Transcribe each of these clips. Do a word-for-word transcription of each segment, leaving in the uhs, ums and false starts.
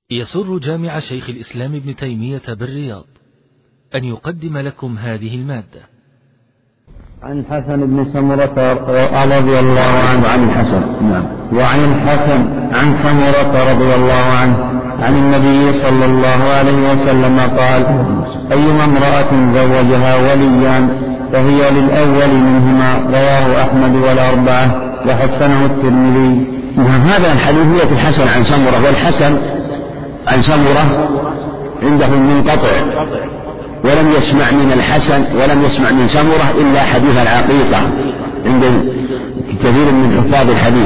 يسر جامع شيخ الإسلام ابن تيمية بالرياض أن يقدم لكم هذه المادة. عن حسن بن سمرة رضي الله عنه عن الحسن نعم وعن الحسن عن سمرة رضي الله عنه عن النبي صلى الله عليه وسلم قال: أيما امرأة زوجها وليان فهي للأول منهما. رواه أحمد والأربعة وحسنه الترمذي. هذا الحديث يأتي الحسن عن سمرة، والحسن عن سمرة عنده منقطع، ولم يسمع من الحسن ولم يسمع من سمرة إلا حديث العقيقة عند كثير من حفاظ الحديث،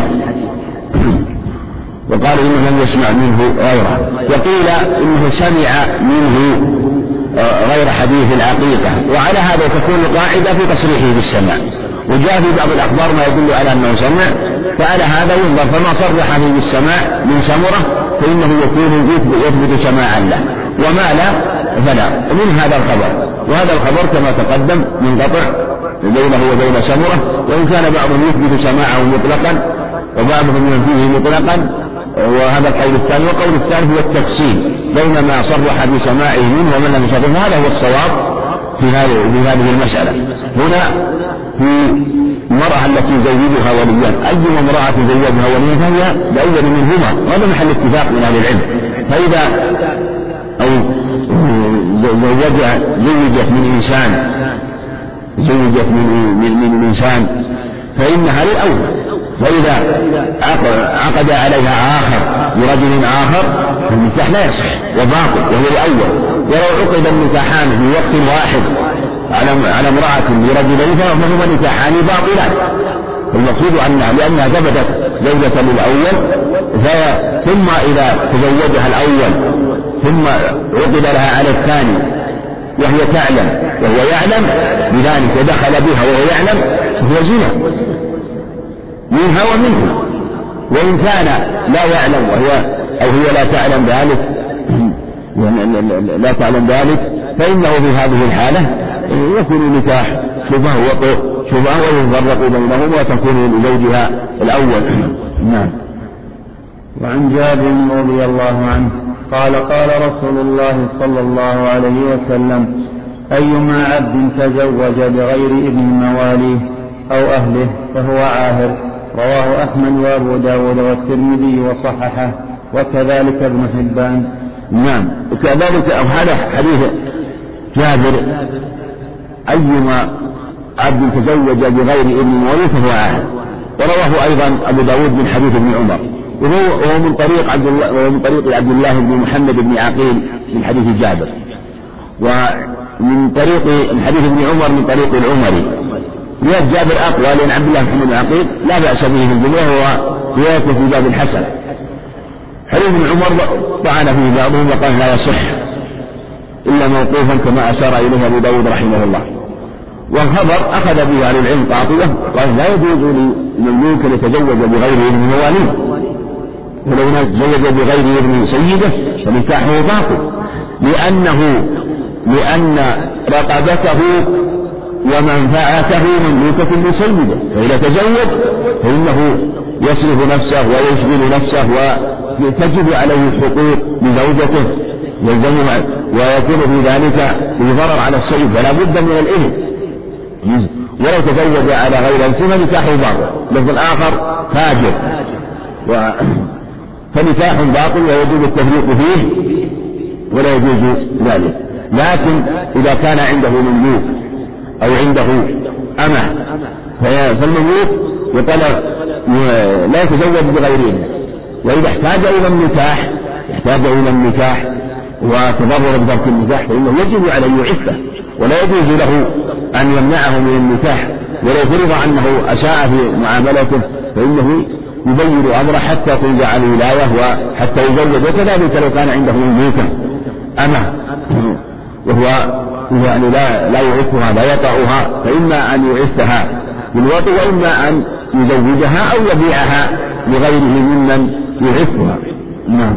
وقال إنه لم يسمع منه غيره، وقيل إنه سمع منه غير حديث العقيقة. وعلى هذا تكون قاعدة في تصريحه بالسماع، وجاء في بعض الأخبار ما يدل على أنه سمع، فعلى هذا ينظر، فما صرح فيه بالسماع من سمرة فإنه يكون يثبت سماعا له، وما لا فلا. ومن هذا الخبر، وهذا الخبر كما تقدم منقطع بينه وبين سمرة، وإن كان بعضهم يثبت سماعه مطلقا وبعضهم ينفيه مطلقا، وهذا القول الثاني. والقول الثالث هو التفصيل بين ما صرح بسماعه منه ومن لم يصرح، هذا هو الصواب في هذه هذه المسألة. هنا في المرأة التي زوجها وليان، أي امرأة زوجها وليان فهي لأول منهما، وهذا محل اتفاق من أهل العلم. فإذا أو زوجها زوجت من إنسان زوجت من من إنسان فإنها للأول، وإذا عقد عليها آخر برجل آخر فالنكاح لا يصح وباطل وهو الأول. ولو عقد النكاحان في وقت واحد على على امرأة برجلين فهما نكاحان باطلان. المقصود أنها لأنها ثبتت زوجة للأول، ثم إذا تزوجها الأول ثم عقد لها على الثاني وهي تعلم وهو يعلم بذلك دخل بها وهو يعلم، فهو زنا منها ومنه. وإن كان لا يعلم وهي أو هي لا تعلم ذلك لا تعلم ذلك فإنه في هذه الحالة يكون نكاح شبهه شبهه ويفرق بينهم وتكون لزوجها الأول. نعم. وعن جابر رضي الله عنه قال: قال رسول الله صلى الله عليه وسلم: أيما عبد تزوج بغير ابن مواليه أو أهله فهو عاهر. رواه أحمد وأبو داود والترمذي وصححه، وكذلك ابن حبان. نعم. وكذلك هذا حديث جابر: أيما عبد تزوج بغير ابن مواليه فهو عاهر. ورواه أيضا أبو داود من حديث ابن عمر، وهو من طريق عبد الله ومن طريق عبد الله بن محمد بن عقيل من حديث جابر، ومن طريق الحديث ابن عمر من طريق العمري. رواية جابر أقوى لأن عبد الله بن محمد بن عقيل لا بأس به في الجملة، وهو روايته في باب الحسن. حديث ابن عمر طعن فيه بعضهم وقال لا يصح إلا موقوفا كما أشار إليه أبو داود رحمه الله. والخبر أخذ به أهل العلم قاطبة، قال لا يجوز للمملوك أن يتزوج بغير ابن مواليه، ولو تزوج بغير ابن سيده فنكاحه باطل، لأنه لأن رقبته ومنفعته مملوكة لسيده، فإذا تزوج فإنه يصرف نفسه ويشغل نفسه وتجب عليه الحقوق لزوجته يلزمها، ويكون في ذلك ضرر على السيد، فلا بد من الإذن. ولو تزوج على غير نفسه نكاحه باطل. لفظ الآخر فاجر، و... فنكاح باطل ويجوز التفريق فيه ولا يجوز ذلك. لكن إذا كان عنده مملوك أو عنده أمة فالمملوك يطلق لا يتزوج بغيره، وإذا احتاج إلى النكاح يحتاج إلى النكاح وتضرر بترك النكاح فإنه يجب عليه يعفه، ولا يجوز له أن يمنعه من النكاح. ولو فرض أنه أساء في معاملته فإنه يبين أمره حتى تنزع الولاية وحتى يزوج. وكذلك لو كان عنده مملوكة أمة وهو يعني لا لا يعفها لا يطأها، فإما أن يعفها بالوطء وإما أن يزوجها أو يبيعها لغيره ممن يعفها. نعم.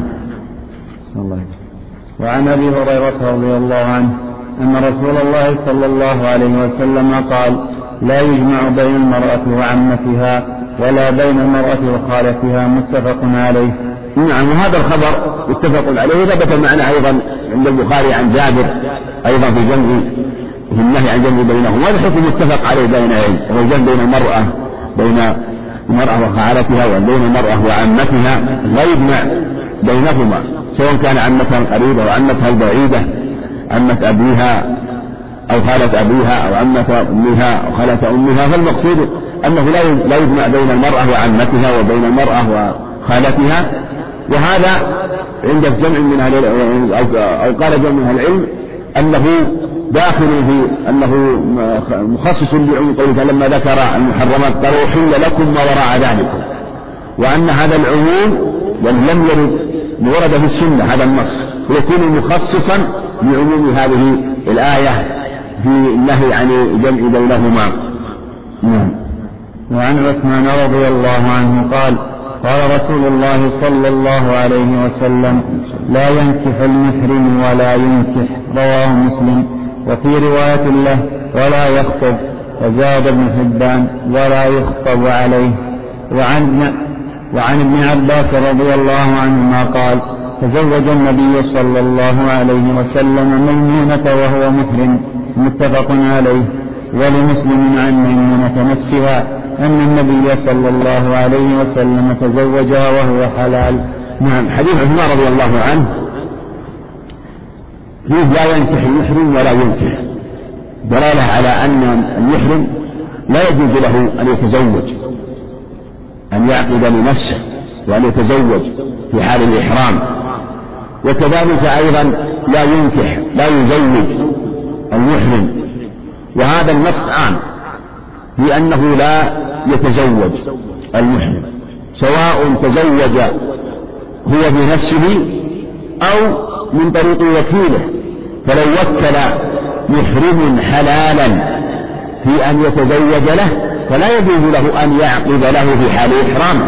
وعن أبي هريرة رضي الله عنه أن رسول الله صلى الله عليه وسلم قال: لا يجمع بين المرأة وعمتها ولا بين المرأة وخالتها. متفق عليه. نعم. وهذا الخبر متفق عليه. ثبت معنا أيضا عند البخاري عن جابر أيضا في جمع في النهي عن جمع بينهم. وهذا حكم متفق عليه بين العلم، وهو الجمع بين المرأة بين المرأة وخالتها وبين المرأة وعمتها لا يجمع بينهما، سواء كان عمتها القريبة أو عمتها البعيدة، عمة أبيها أو خالة أبيها أو عمة أمها أو خالة أمها. فالمقصود أنه لا يجمع بين المرأة وعمتها وبين المرأة وخالتها. وهذا عند الجمع من أهل أو قال جمع من العلم أنه داخل في أنه مخصص لعموم قوله لما ذكر المحرمات قال أحل لكم ما وراء ذلكم، وأن هذا العموم لم يرد ورد في السنة هذا النص، ويكون مخصصا لعموم هذه الآية في النهي عن الجمع بينهما. وعن عثمان رضي الله عنه قال قال رسول الله صلى الله عليه وسلم لا ينكح المحرم ولا ينكح، رواه مسلم. وفي رواية له ولا يخطب، وزاد ابن حبان ولا يخطب عليه. وعن وعن ابن عباس رضي الله عنهما قال تزوج النبي صلى الله عليه وسلم ميمونة وهو محرم، متفق عليه. ولمسلم عن ميمونة نفسها أن النبي صلى الله عليه وسلم تزوجها وهو حلال. نعم. حديث عثمان رضي الله عنه فيه لا ينكح المحرم ولا ينكح، دلالة على أن المحرم لا يجوز له أن يتزوج، أن يعقد لنفسه وأن يتزوج في حال الإحرام. وكذلك أيضا لا ينكح لا يزوج المحرم، وهذا النص عام لأنه لا يتزوج المحرم، سواء تزوج هو بنفسه أو من طريق وكيله. فلو وكل محرم حلالا في أن يتزوج له فلا يجوز له أن يعقد له في حال إحرامه،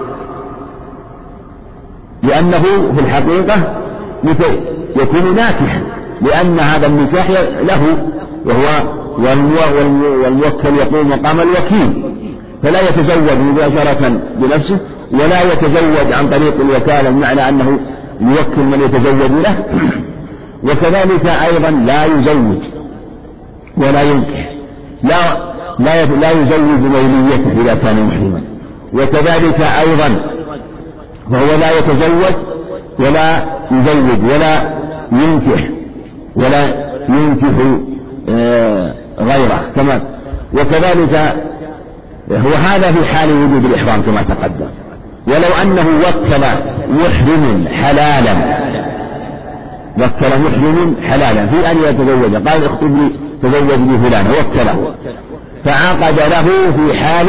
لأنه في الحقيقة يكون ناكحا، لأن هذا النكاح له وهو والموكل يقوم مقام الوكيل، فلا يتزوج مباشرة بنفسه ولا يتزوج عن طريق الوكالة، بمعنى أنه يوكل من يتزوج له. وكذلك أيضا لا يزوج ولا ينكح، لا لا لا يزوج موليته إذا كان محرما. وكذلك أيضا فهو لا يتزوج ولا يزوج ولا ينكح ولا ينكح غيره كما. وكذلك هو هذا في حال وجود الإحرام كما تقدم. ولو أنه وكل محرم حلالا وكل محرم حلالا في أن يتزوج، قال اخطب لي تزوج لي فلان، وكله فعقد له في حال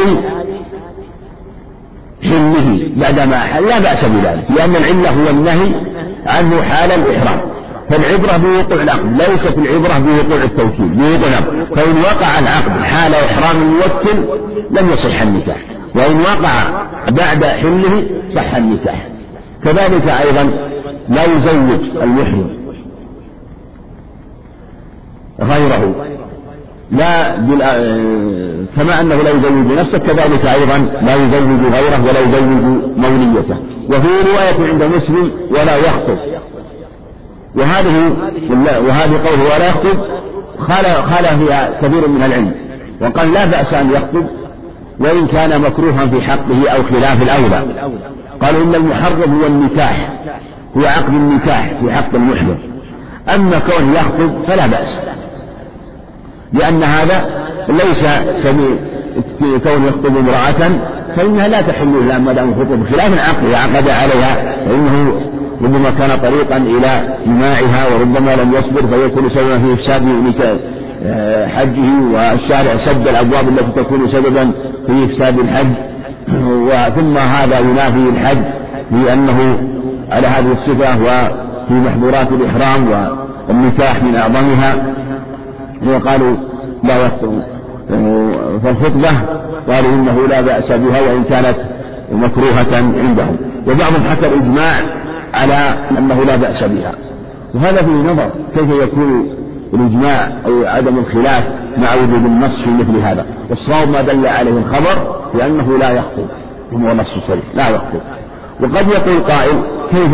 حلمه بعدما حل لا بأس بذلك، لأن العلة هو النهي عنه حال الإحرام. فالعبرة بوقوع العقد ليست العبرة بوقوع التوكيل، بوقوع العقد. فإن وقع العقد حال إحرام الموكل لم يصح النكاح، وإن وقع بعد حله صح النكاح. كذلك أيضا لا يزوج المحرم غيره، لا كما أنه لا يزوج نفسه كذلك أيضا لا يزوج غيره ولا يزوج موليته. وفي رواية عند مسلم ولا يخطب، وهذه وهذه قوله ولا يخطب خال فيها كثير من العلم، وقال لا بأس أن يخطب وإن كان مكروها في حقه أو خلاف الأولى. قالوا إن المحرم هو النكاح، هو عقد النكاح في حق المحرم، أما كونه يخطب فلا بأس، لأن هذا ليس سبيل كونه يخطب امرأة فإنها لا تحل له ما دام الخطب خلاف العقد عقد عليها، فإنه ربما كان طريقا إلى جماعها وربما لم يصبر فيكون سببا في إفساد حجه، والشارع سد الأبواب التي تكون سببا في إفساد الحج. وثم هذا ينافي الحج لأنه على هذه الصفة وفي محظورات الإحرام والنكاح من أعظمها. وقالوا لا يخطب فالخطبة قالوا إنه لا بأس بها وإن كانت مكروهة عندهم، وبعضهم حكى الإجماع على أنه لا بأس بها. وهذا فيه نظر كيف يكون الإجماع أو عدم الخلاف مع وجود النص في مثل هذا. والصواب ما دل عليه الخبر لأنه لا يخطب، وهو نص صريح لا يخطب. وقد يقول قائل كيف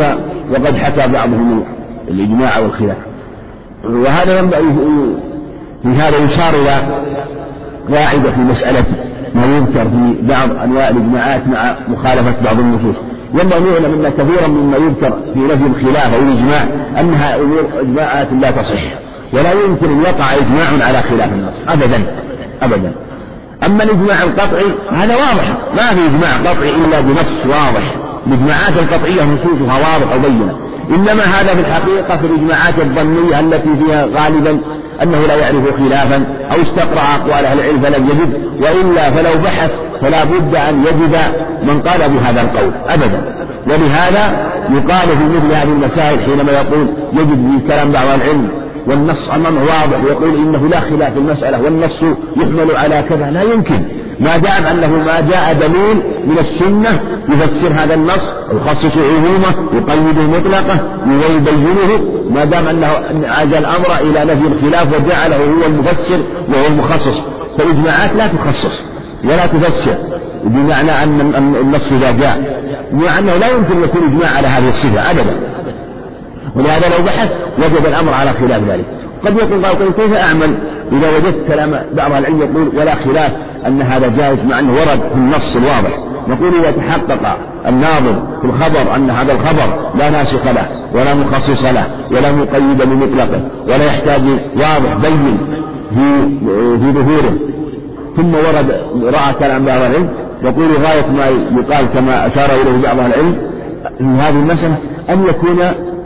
وقد حكى بعضهم الإجماع والخلاف. وهذا في هذا يشار إلى قاعدة في مسألة ما يذكر في بعض أنواع الإجماعات مع مخالفة بعض النصوص. ينبغي أن نعلم أن كثيرا مما يذكر في نفي الخلاف أو الإجماع أنها أمور إجماعات لا تصح، ولا يمكن أن يقع إجماع على خلاف النص أبدا أبدا. أما الإجماع القطعي هذا واضح، ما في إجماع قطعي إلا بنص واضح. الإجماعات القطعية نصوصها واضحة وبينة، إنما هذا في الحقيقة في الإجماعات الظنية التي فيها غالبا أنه لا يعرف خلافا أو استقرأ أقوال أهل العلم فلم يجد، وإلا فلو بحث فلا بد أن يجد من قال بهذا القول أبدا. ولهذا يقال في مثل هذه المسائل حينما يقول يجد في كلام بعض العلم والنص أمامه واضح ويقول إنه لا خلاف في المسألة والنص يحمل على كذا، لا يمكن ما دام أنه ما جاء دليل من السنة يفسر هذا النص ويخصص عمومه يقيده مطلقه ويبينه، ما دام أنه عزى الأمر إلى نفي الخلاف وجعله هو المفسر وهو المخصص. فالإجماعات لا تخصص ولا تفسر بمعنى أن النص إذا جاء، بمعنى أنه لا يمكن يكون إجماع على هذه الصفة أبدا. ولهذا لو بحث وجد الأمر على خلاف ذلك. قد يقول قال كيف أعمل إذا وجدت كلام بعض العلم يقول ولا خلاف أن هذا جائز مع أنه ورد في النص الواضح. نقول إذا تحقق الناظر في الخبر أن هذا الخبر لا ناسخ له ولا مخصص له ولا مقيد بمطلقه ولا يحتاج واضح بين في في ظهوره، ثم ورد رأى كلام بعض العلم، يقول غاية ما يقال كما أشار إليه بعض العلم في هذه المسألة أن يكون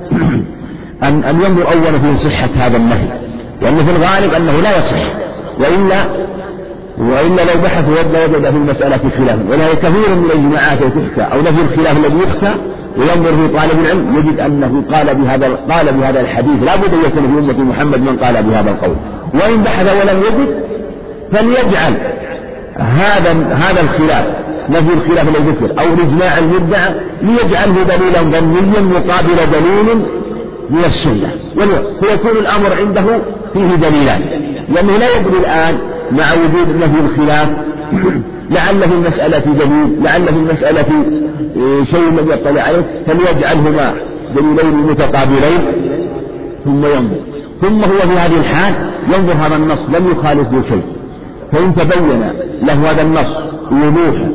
أن أن ينظر أولا في صحة هذا النهي، لأن في الغالب أنه لا يصح، وإلا وإلا لو بحث وجد في المسألة خلافا. ولهذا كثير من الإجماعات تحكى أو نفي الخلاف الذي يحكى وينظر في طالب العلم يجد أنه قال بهذا قال بهذا الحديث، لا بد أن يكون في أمة محمد من قال بهذا القول. وإن بحث ولم يجد فليجعل هذا هذا الخلاف نفي الخلاف الذي ذكر أو الإجماع المدعى ليجعله دليلا ظنيا مقابل دليل من السنة، فيكون الأمر عنده فيه دليلان، لأنه لا يدري الآن مع وجود نفي الخلاف لعل في المسألة دليل، لعل في المسألة شيء لم يطلع عليه، فليجعلهما دليلين متقابلين ثم ينظر. ثم هو في هذه الحال ينظر هذا النص لم يخالفه شيء، فإن تبين له هذا النص وضوحه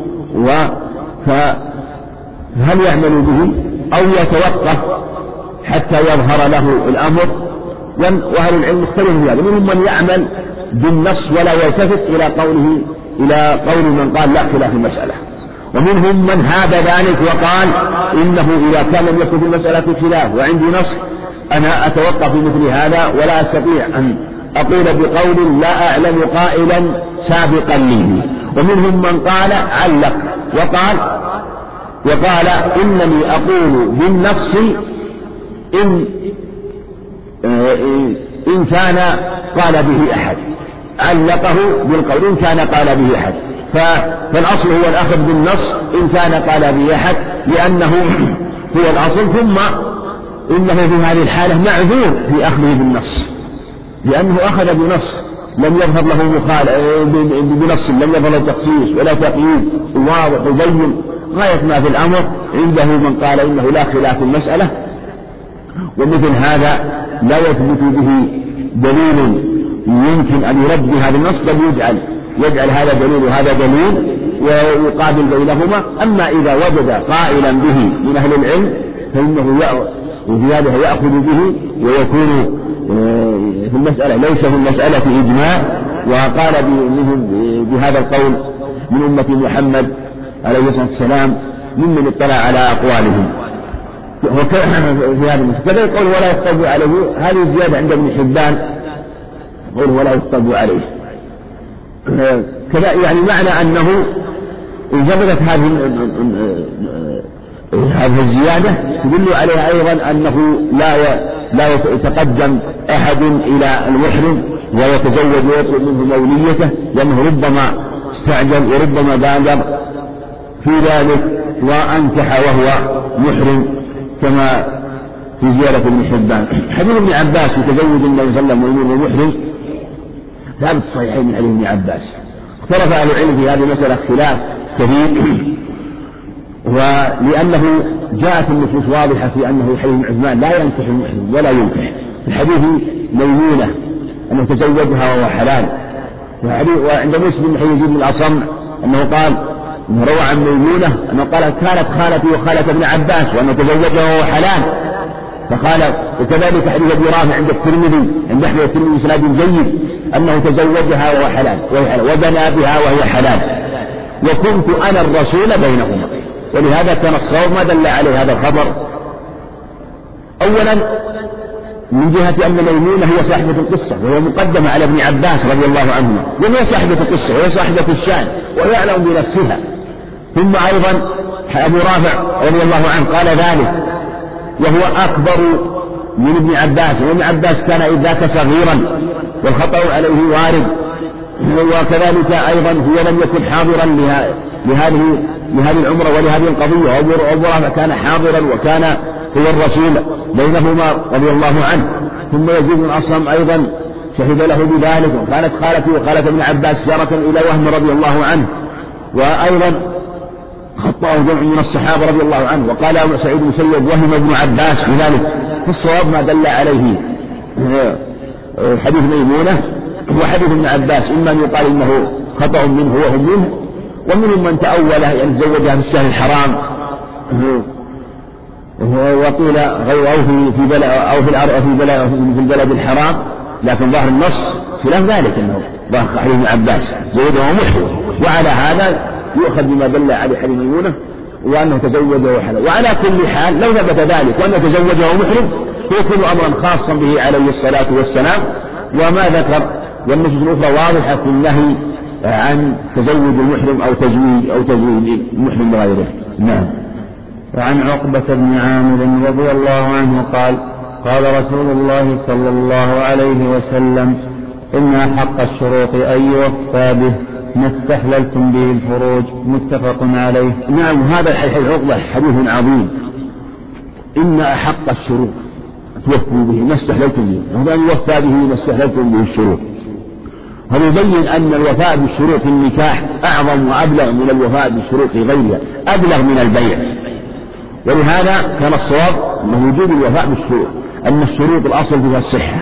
فهل يعمل به أو يتوقف حتى يظهر له الأمر. وأهل العلم مختلف في هذا، منهم من يعمل بالنص ولا يلتفت إلى قوله إلى قول من قال لا خلاف المسألة، ومنهم من هاب ذلك وقال إنه إذا كان لم يكن في المسألة خلاف وعندي نص أنا أتوقف في مثل هذا ولا أستطيع أن أقول بقول لا أعلم قائلا سابقا لي. ومنهم من قال علق وقال وقال إنني أقول بالنص إن إن كان قال به أحد، علقه بالقول إن كان قال به أحد، فالأصل هو الأخذ بالنص إن كان قال به أحد لأنه هو الأصل، ثم إنه في هذه الحالة معذور في أخذه بالنص لأنه أخذ بنص لم يظهر له مخالف بنص لم يظهر له تخصيص ولا تقييد واضح وبين. غاية ما في الأمر عنده من قال إنه لا خلاف في المسألة، ومثل هذا لا يثبت به دليل يمكن أن يرد هذا النص، بل يجعل يجعل هذا دليل وهذا دليل ويقابل بينهما. أما إذا وجد قائلا به من أهل العلم فإنه وفي هذا يأخذ به ويكون في المسألة ليس في المسألة إجماع. وقال بهذا القول من أمة محمد عليه الصلاة والسلام ممن اطلع على أقوالهم. كذا يقول ولا يخطب عليه، هذه الزيادة عند ابن حبان يقول ولا يخطب عليه كذا، يعني معنى أنه إن ثبتت هذه هذه الزيادة تدل عليها أيضا أنه لا لا يتقدم أحد إلى المحرم ويتزوج ويطلب منه موليته، لأنه ربما استعجل وربما بادر في ذلك وأنكح وهو محرم كما في زيارة ابن حبان. حديث ابن عباس في تزوج النبي صلى الله عليه وسلم ومحرم ثابت الصحيحين من حديث ابن عباس. اختلف أهل العلم في هذه المسألة اختلاف كبير، ولأنه جاءت النصوص واضحة في أنه حديث عثمان لا ينكح المحرم ولا ينكح. في حديث ميمونة أنه تزوجها وهو حلال. وعند مسلم حديث يزيد بن الأصم أنه قال أنه روى عن ميمونة أنه قال كانت خالتي وخالة ابن عباس وأنه تزوجها وهو حلال. فقال وكذلك حديث أبي رافع عند الترمذي عند أحمد الترمذي بإسناد جيد أنه تزوجها وهو حلال وبنى بها وهي حلال وكنت أنا الرسول بينهما. ولهذا كان الصواب ما دل عليه هذا الخبر. أولا من جهة أن ميمونة هي صاحبة القصة وهي مقدمة على ابن عباس رضي الله عنهما وهي صاحبة القصة وهي صاحبة الشأن ويعلم بنفسها. ثم أيضا أبو رافع رضي الله عنه قال ذلك وهو أكبر من ابن عباس وابن عباس كان إذ ذاك صغيرا والخطأ عليه وارد. وكذلك أيضا هو لم يكن حاضرا لهذه لهذه العمرة ولهذه القضية. وأبو رافع كان حاضرا وكان هو الرسول بينهما رضي الله عنه. ثم يزيد بن الأصم أيضا شهد له بذلك وكانت خالته وخالة ابن عباس شارة إلى وهم رضي الله عنه. وأيضا خطأه جمع من الصحابة رضي الله عنه. وقال سعيد بن المسيب وهم ابن عباس بذلك. في الصواب ما دل عليه حديث ميمونة وحديث ابن عباس إما أن يقال إنه خطأ منه وهم منه ومنهم من تأوله يعني تزوجها في الشهر الحرام وقيل غير أو في في بلد أو في الأرض في بلد في البلد الحرام. لكن ظاهر النص خلاف ذلك أنه ظاهر حديث ابن عباس زوجها محرم. وعلى هذا يؤخذ بما دل عليه حديث ميمونة وأنه تزوجه وحلال. وعلى كل حال لو ثبت ذلك وأنه تزوجه محرم فيكون أمرا خاصا به عليه الصلاة والسلام. وما ذكر والنصوص الأخرى واضحة في النهي عن تزوج المحرم أو تزويج أو تزويج المحرم بغيره. نعم. وعن عقبة بن عامر رضي الله عنه قال قال رسول الله صلى الله عليه وسلم إن أحق الشروط أن يوفى به ما استحللتم به الفروج متفق عليه. نعم. هذا الحديث عقبة حديث عظيم. إن أحق الشروط توفوا به ما استحللتم به. هذا أن يوفى به ما استحللتم به الشروط. هذا يبين أن الوفاء بالشروط النكاح أعظم وأبلغ من الوفاء بالشروط غيرها أبلغ من البيع. ولهذا كان الصواب أنه وجوب الوفاء بالشروط أن الشروط الأصل فيها الصحة.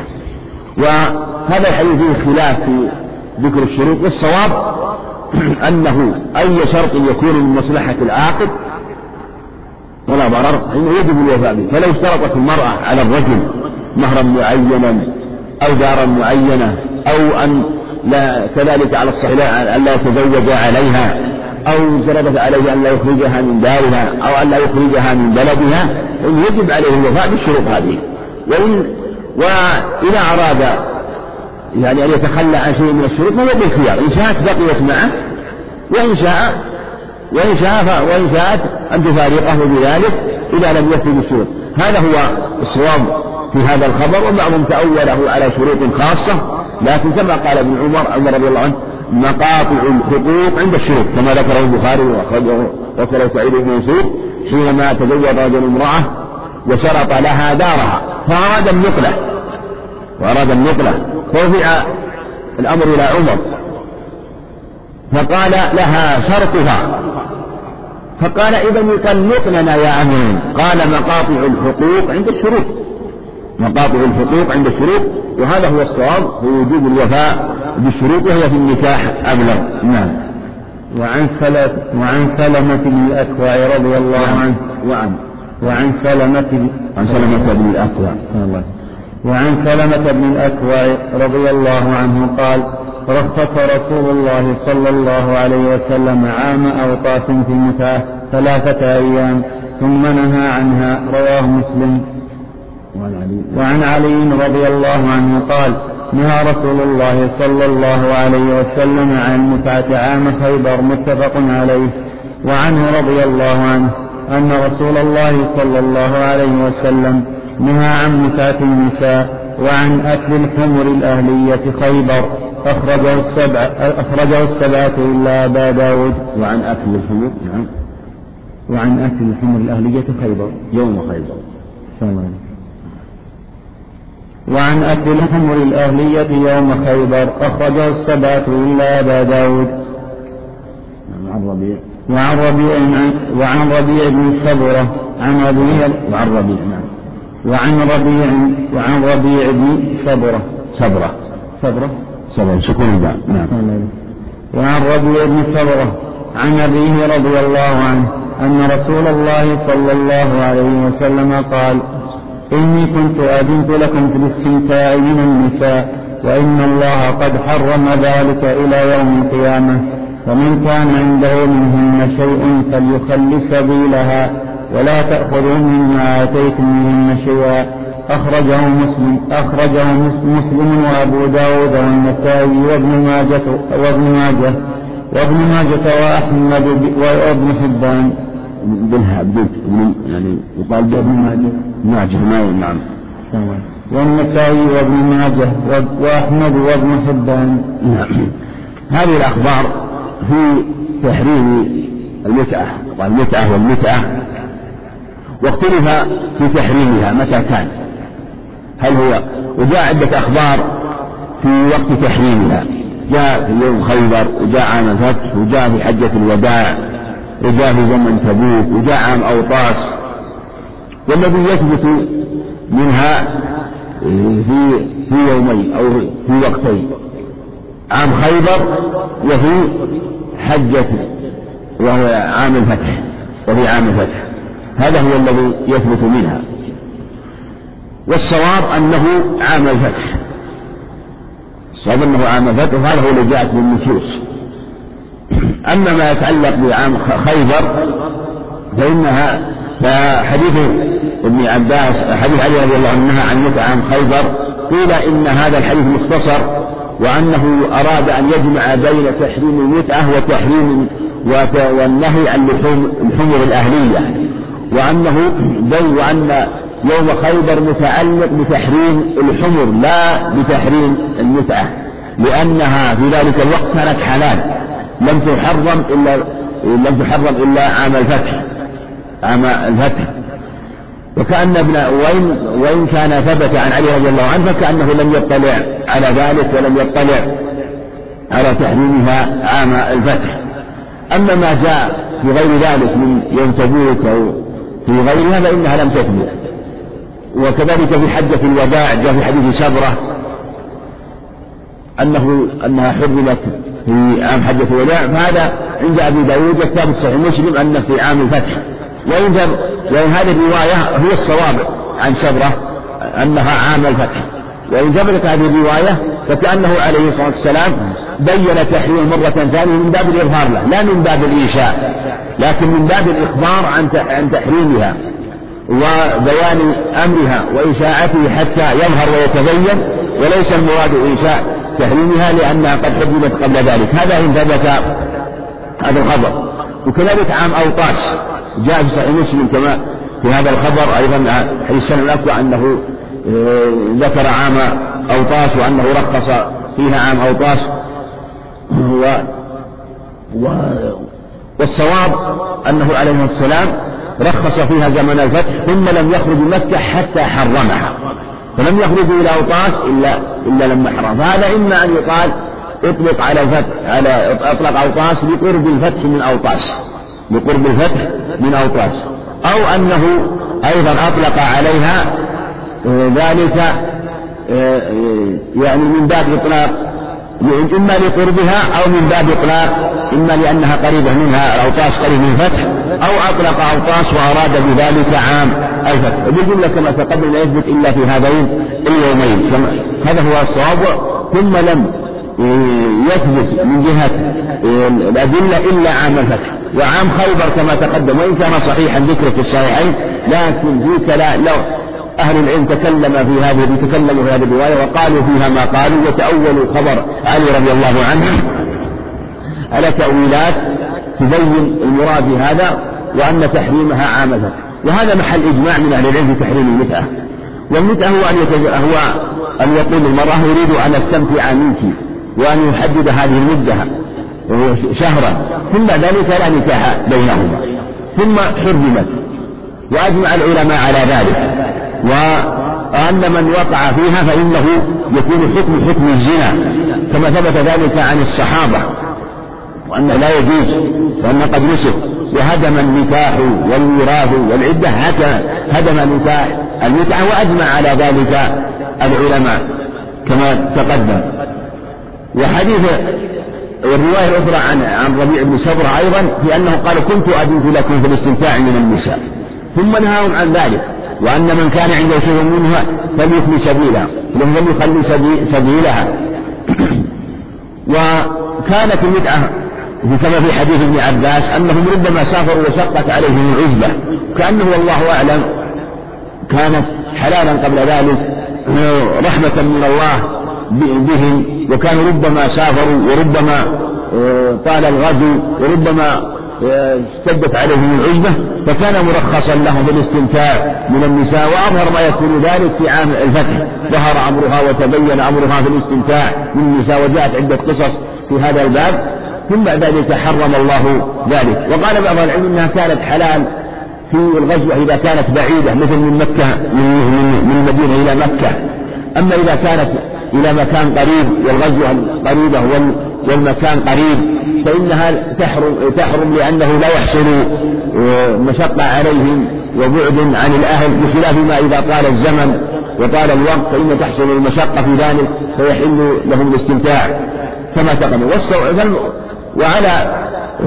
وهذا الحديث فيه خلاف في ذكر الشروط. والصواب أنه أي شرط يكون من مصلحة العاقد ولا ضرر فإنه يجب الوفاء به. فلو اشترطت المرأة على الرجل مهرا معينا أو دارا معينة أو أن لا كذلك على الصحيح أن لا يتزوج عليها أو شرطت عليه أن لا يخرجها من دارها أو أن لا يخرجها من بلدها إن يجب عليه الوفاء بالشروط هذه. وإن وإذا أراد يعني أن يتخلى عن شيء من الشروط ما يد الخيار إن شاءت بقيت معه وإن شاء وإن شاء وإن شاءت أن تفارقه بذلك إذا لم يفي بالشروط. هذا هو الصواب في هذا الخبر. وبعضهم تأوله على شروط خاصة لكن كما قال ابن عمر عمر رضي الله عنه مقاطع الحقوق عند الشروط كما ذكره البخاري وذكره سعيد بن منصور حينما تزوج رجل امرأة وشرط لها دارها فأراد النقلة وأراد النقلة فرفع الأمر إلى عمر فقال لها شرطها فقال إذا يطلقننا يا أمين. قال مقاطع الحقوق عند الشروط مقاطع الحقوق عند الشروط. وهذا هو الصواب في وجوب الوفاء بالشروط وهي في النكاح أبلغ. نعم. وعن سلمة وعن سلمة بن الأكوع رضي الله عنه وعن وعن سلمة عن سلمة بن الأكوع وعن سلمة بن الأكوع رضي الله عنه قال رخص رسول الله صلى الله عليه وسلم عام أوطاس في المتعة ثلاثة أيام ثم نهى عنها. رواه مسلم. وعن علي رضي الله عنه قال نهى رسول الله صلى الله عليه وسلم عن المتعة عام خيبر متفق عليه. وعنه رضي الله عنه أن رسول الله صلى الله عليه وسلم نهى عن متعة النساء وعن أكل الحمر الأهلية خيبر أخرجه السبع أخرجه السبعة إلا أبا داود. وعن أكل الحمر نعم وعن أكل الحمر الأهلية خيبر يوم خيبر سلام. وعن أكل الحمر الأهلية يوم خيبر أخرجه السبعة إلا أبا داود. وعن ربيع وعن ربيع وعن ربيع بن سبرة عن ربيع وعن ربيع نعم وعن ربيع وعن ربيع بن صبرة صبرة صبرة صبرة سكون الباء نعم. وعن ربيع بن صبرة عن أبيه رضي الله عنه أن رسول الله صلى الله عليه وسلم قال: إني كنت أذنت لكم في الاستمتاع من النساء، وإن الله قد حرم ذلك إلى يوم القيامة، فمن كان عنده منهن شيء فليخل سبيلها، ولا تأخذوا مما آتيتم منهن شيئا. أخرجه مسلم أخرجه مسلم وأبو داود والنسائي وابن ماجه وابن ماجه وابن ماجه وأحمد وابن حبان بالها بدت يعني يقال ابن ماجه ماجه نعم والنسائي وابن ماجه وأحمد وابن حبان نعم. هذه الأخبار في تحريم المتعة والمتعة والمتعة، واختلف في تحريمها متى كان، هل هو وجاء عدة أخبار في وقت تحريمها، جاء في يوم خيبر، وجاء عام الفتح، وجاء في حجة الوداع، وجاء في زمن تبوك، وجاء عام أوطاس. والذي يثبت منها في في يومين أو في وقتين، عام خيبر وفي حجة وهو عام الفتح وفي عام الفتح، هذا هو الذي يثبت منها. والصواب أنه عام الفتح، الصواب أنه عام الفتح، وهذا هو اللي جاءت بالنصوص. أما ما يتعلق بعام خيبر فإنها فحديث ابن عباس حديث علي رضي الله عنه عن متعة عام خيبر، قيل إن هذا الحديث مختصر، وأنه أراد أن يجمع بين تحريم المتعة وتحريم والنهي عن الحمر الأهلية، وأنه بل وأن يوم خيبر متعلق بتحريم الحمر لا بتحريم المتعة، لأنها في ذلك الوقت كانت حلال، لم تحرم إلا لم تحرم إلا عام الفتح عام الفتح. وكأن ابن وإن, وإن كان ثبت عن علي رضي الله عنه فكأنه لم يطلع على ذلك ولم يطلع على تحريمها عام الفتح. أما ما جاء في غير ذلك من يوم تبوك أو في غيرها فإنها لم تثبت. وكذلك في حجة الوداع جاء في حديث سبرة أنه أنها حرمت في عام حجة الوداع، فهذا عند أبي داود والثابت صحيح مسلم أن في عام الفتح. وإن وإن هذه الرواية هي الصواب عن سبرة أنها عام الفتح، وإن ثبتت هذه الرواية فكأنه عليه الصلاة والسلام بين تحريمه مرة ثانية من باب الإظهار له، لا من باب الإنشاء، لكن من باب الإخبار عن تحريمها وبيان أمرها وإشاعته حتى يظهر ويتبين، وليس المراد إنشاء تحريمها لأنها قد حرمت قبل ذلك. هذا إن ثبت هذا الخبر. وكذلك عام أوطاس جاء في صحيح مسلم كما في هذا الخبر أيضا حديث السنة الأكوى أنه ذكر عام أوطاس وأنه رخص فيها عام أوطاس. و... و... والصواب أنه عليه السلام رخص فيها زمن الفتح ثم لم يخرج مكة حتى حرمها، فلم يخرج إلى أوطاس إلا, إلا لما حرم. فهذا إما أن يقال اطلق على الفتح على اطلق أوطاس لقرب الفتح من أوطاس لقرب الفتح من أوطاس، أو أنه أيضا أطلق عليها ذلك يعني من باب إطلاق إما لقربها أو من باب إطلاق إما لأنها قريبة منها أوطاس قريب من الفتح، أو أطلق أوطاس وأراد بذلك عام الفتح. وبالجملة كما تقدم لا يثبت إلا في هذين اليومين، هذا هو الصواب. ثم لم يثبت من جهة الأدلة إلا عام الفتح وعام خيبر كما تقدم، وإن كان صحيحا ذكره في الصحيحين، لكن في كلام لو أهل العلم تكلم في هذه تكلموا في هذه الرواية وقالوا فيها ما قالوا، وتأولوا خبر علي رضي الله عنه على تأويلات تبين المراد بهذا وأن تحريمها عام الفتح. وهذا محل إجماع من أهل العلم في تحريم المتعة. والمتعة هو أن يتج... هو أن يقول المرأة يريد أن أستمتع منك، وأن يحدد هذه المدة شهرا، ثم ذلك لا نكاح بينهما، ثم حرمت. وأجمع العلماء على ذلك، وأن من وقع فيها فإنه يكون حكم حكم الزنا كما ثبت ذلك عن الصحابة، وأنه لا يجوز، وأن قد نسخ وهدم النكاح والميراث والعدة حتى هدم النكاح المتعة، وأجمع على ذلك العلماء كما تقدم. وحديث والرواية الأخرى عن عن ربيع بن سبرة أيضا في أنه قال كنت أذنت لكم في الاستمتاع من النساء، ثم نهاهم عن ذلك، وأن من كان عنده شيء منها فليخلي سبيلها فليخلي سبيلها. وكانت المتعة كما في حديث ابن عباس أنهم ربما سافروا وشقت عليهم العزبة، كأنه والله أعلم كانت حلالا قبل ذلك رحمة من الله بهم، وكانوا ربما سافروا وربما طال الغزو وربما اشتدت عليهم العزبة، فكان مرخصا لهم بالاستمتاع من النساء. وأظهر ما يكون ذلك في عام الفتح، ظهر أمرها وتبين أمرها في الاستمتاع من النساء، وجاءت عدة قصص في هذا الباب. ثم بعد ذلك حرم الله ذلك. وقال بعض العلم أنها كانت حلال في الغزوة إذا كانت بعيدة مثل من مكة من المدينة إلى مكة، أما إذا كانت إلى مكان قريب والغزوة قريبة والمكان قريب فإنها تحرم, تحرم لأنه لا يحصل مشقة عليهم وبعد عن الأهل، بخلاف ما إذا طال الزمن وطال الوقت فإن تحصل المشقة في ذلك فيحل لهم الاستمتاع كما تقدم. وعلى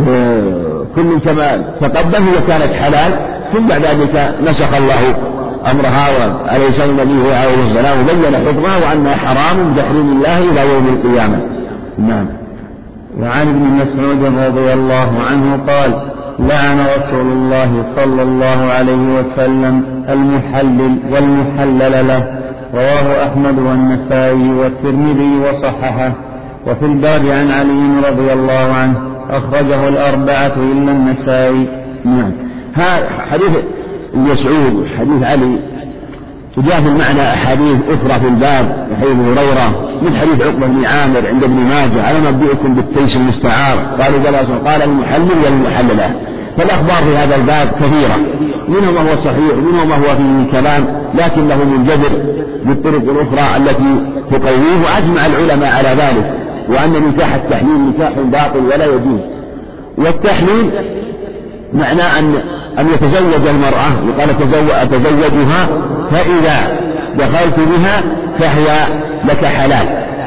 كل كما تقدم هي كانت حلال، ثم بعد ذلك نسخ الله أمرها عليه الصلاة والسلام وبين حكمها وأنها حرام بتحريم الله إلى يوم القيامة. نعم. وعن ابن مسعود رضي الله عنه قال لعن رسول الله صلى الله عليه وسلم المحلل والمحلل له، رواه أحمد والنسائي والترمذي وصححه. وفي الباب عن علي رضي الله عنه أخرجه الأربعة إلا النسائي. نعم. هذا حديث مسعود حديث علي وجاء في المعنى أحاديث أخرى في الباب، حديث هريرة من حديث عقبة بن عامر عند ابن ماجه ألم أنبئكم بالتيس المستعار، قالوا بلى، قال المحلل والمحللات. فالأخبار في هذا الباب كثيرة، منه ما هو صحيح ومنه ما هو فيه كلام لكنه منجبر بالطرق الأخرى التي تقويه. وأجمع العلماء على ذلك، وأن نكاح التحليل نكاح باطل ولا يجوز. والتحليل معناه أن أن يتزوج المرأة، يقال أتزوجها فإذا دخلت بها فهي لك حلال،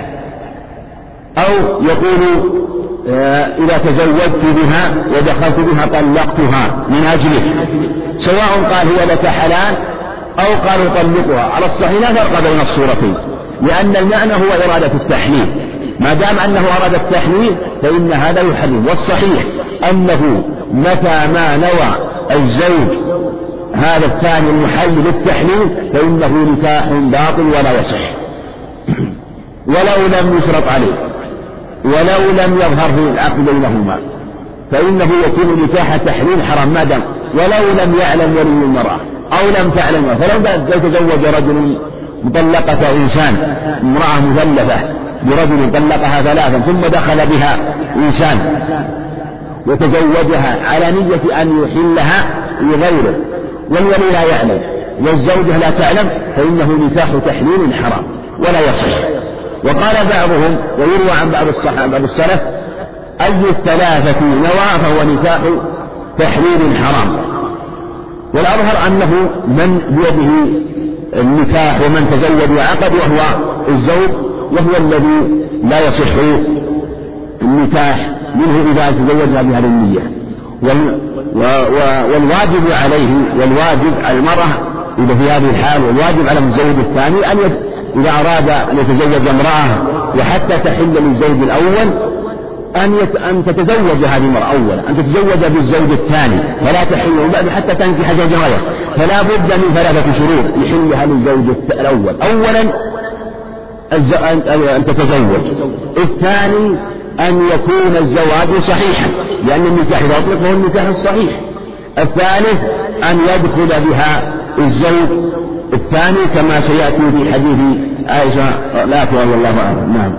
أو يقول إذا تزوجت بها ودخلت بها طلقتها من أجلك، سواء قال هي لك حلال أو قال طلقها. على الصحيح لا فرق بين الصورتين، لأن المعنى هو إرادة التحليل، ما دام أنه أراد التحليل فإن هذا يحرم. والصحيح أنه متى ما نوى الزوج هذا الثاني المحلل التحليل فإنه نكاح باطل ولا يصح، ولو لم يشرط عليه ولو لم يظهر في العقد بينهما فإنه يكون نكاح تحليل حرام ما دام ولو لم يعلم ولي المرأة أو لم تعلم. فلو تزوج رجل مطلقة إنسان امرأة مثلثة برجل طلقها ثلاثا ثم دخل بها إنسان وتزوجها على نية أن يحلها لغيره والولي لا يعلم والزوجة لا تعلم فإنه نكاح تحليل حرام ولا يصح. وقال بعضهم ويروى عن بعض الصحابة بعض السلف أي الثلاثة نوى فهو نكاح تحليل حرام. والأظهر أنه من بيده النكاح ومن تزوج وعقد وهو الزوج وهو الذي لا يصح النكاح منه إذا تزوجها بهذه النية. والواجب عليه والواجب على المرأة إذا في هذه الحال والواجب على الزوج الثاني أن إذا أراد أن يتزوج امرأة وحتى تحل للزوج الأول أن أن تتزوج هذه المرأة أولا، أن تتزوج بالزوج الثاني فلا تحل بعد حتى تنكح زوجا غيره. فلا بد من ثلاثة شروط يحلها للزوج الأول. أولا أن تتزوج، الثاني أن يكون الزواج صحيحا لأن النكاح إذا أطلق هو النكاح الصحيح. الثالث أن يدخل بها الزوج الثاني كما سيأتي في حديث عائشة لا رضي الله عنها. نعم.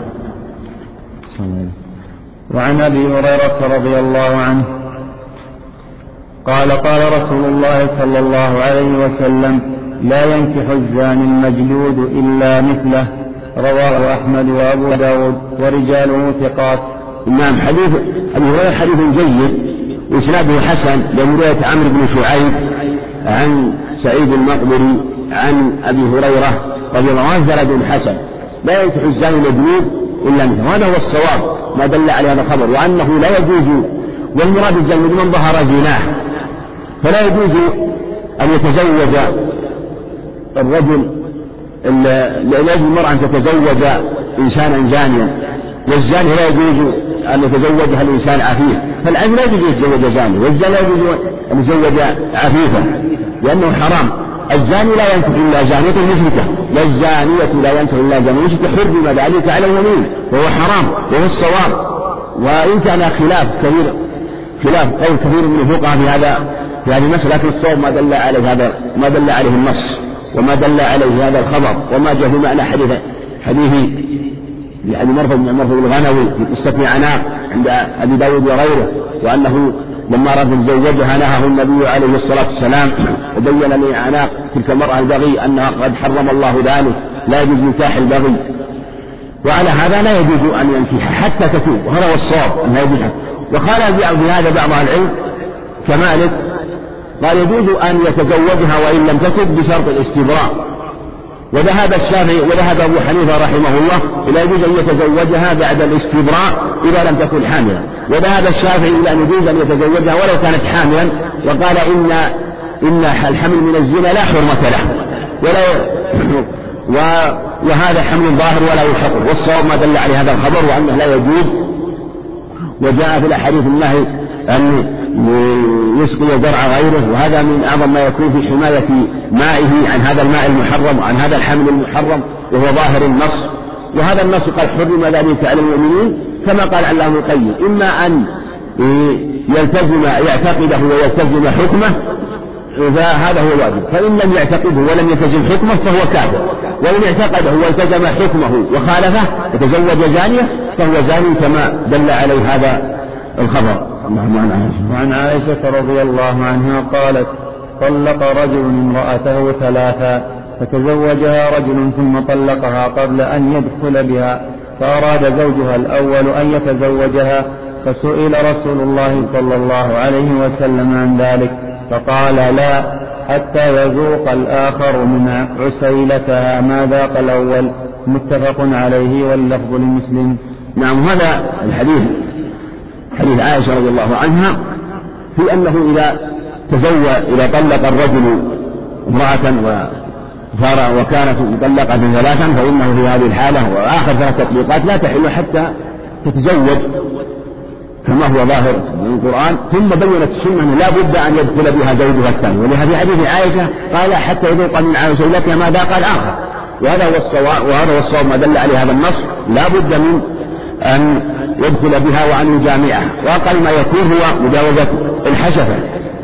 وعن أبي هريرة رضي الله عنه قال قال رسول الله صلى الله عليه وسلم لا ينكح الزاني المجلود إلا مثله، رواه أحمد وأبو داود ورجاله ثقات. نعم. حديث أبي هريرة حديث جيد إسناده حسن لرواية عمرو بن شعيب عن سعيد المقبري عن أبي هريرة رضي الله عنه زاد حسن لا ينكح الزاني المجنون إلا منه، وهذا هو الصواب ما دل عليه هذا الخبر، وأنه لا يجوز، والمراد الزاني من ظهر زناه، فلا يجوز أن يتزوج الرجل، لا يجوز المرأة أن تتزوج إنسانا زانيا، والزاني لا يجوز أن يتزوجها الإنسان عفيف، فالعفيف لا يجوز أن يتزوج زاني، والزاني لا يجوز أن يتزوج عفيفا لأنه حرام. الزاني لا ينكح إلا زانية مشركة، والزانية لا ينكح إلا زانية مشركة، حرم ذلك على المؤمنين، وهو حرام وهو الصواب. وإن كان خلاف كثير خلاف قول كثير من الفقهاء في هذا في هذه المسألة، لكن الصواب ما دل عليه هذا ما دل عليه النص، وما دل عليه هذا الخبر، وما جاء في معنى حديث حديث يعني مرفض بن مرفض الغنوي في قصة عناق عند أبي داود وغيره، وأنه لما أراد يتزوجها نهاه النبي عليه الصلاة والسلام وبين لعناق تلك المرأة البغي أنها قد حرم الله ذلك، لا يجوز نكاح البغي، وعلى هذا لا يجوز أن ينكحها حتى تتوب، وهذا هو الصواب أنها يجوز. وقال بهذا بعض العلم كمالك قال يجوز أن يتزوجها وإن لم تتب بشرط الاستبراء، وذهب الشافعي وذهب أبو حنيفة رحمه الله إلى يجوز أن يتزوجها بعد الاستبراء إذا لم تكن حاملا، وذهب الشافعي إلى أن يجوز أن يتزوجها ولو كانت حاملا، وقال إن إن الحمل من الزنا لا حرمة له ولا وهذا حمل ظاهر ولا يحقر، والصواب ما دل عليه هذا الخبر وأنه لا يجوز. وجاء في الأحاديث النهي أن يسقي زرع غيره، وهذا من أعظم ما يكون في حماية مائه عن هذا الماء المحرم وعن هذا الحمل المحرم، وهو ظاهر النص. وهذا النص قد حرم ذلك على المؤمنين كما قال علامة القيم، إما أن يلتزم يعتقده ويلتزم حكمه فهذا هو الواجب، فإن لم يعتقده ولم يلتزم حكمه فهو كافر، وإن اعتقده والتزم حكمه وخالفه وتزوج زانية فهو زاني كما دل عليه هذا الخبر. وعن عائشة رضي الله عنها قالت: طلق رجل امرأته ثلاثا فتزوجها رجل ثم طلقها قبل أن يدخل بها، فأراد زوجها الأول أن يتزوجها، فسئل رسول الله صلى الله عليه وسلم عن ذلك فقال: لا، حتى يذوق الآخر من عسيلتها ما ذاق الأول. متفق عليه واللفظ لمسلم. نعم، هذا الحديث حديث عائشة رضي الله عنها في أنه إذا تزوج إذا طلق الرجل امرأة وكانت مطلقة ثلاثا فإنه في هذه الحالة وآخر ثلاث تطليقات لا تحل حتى تتزوج كما هو ظاهر من القرآن. ثم بينت السنة أنه لا بد أن يدخل بها زوجها الثاني، ولهذا في حديث عائشة قال: حتى يذوق من عسيلتها ما ذاق الآخر، وهذا هو الصواب وهذا هو الصواب ما دل عليه هذا النص، لا بد من أن يدخل بها وأن يجامعها، وأقل ما يكون هو مجاوزة الحشفة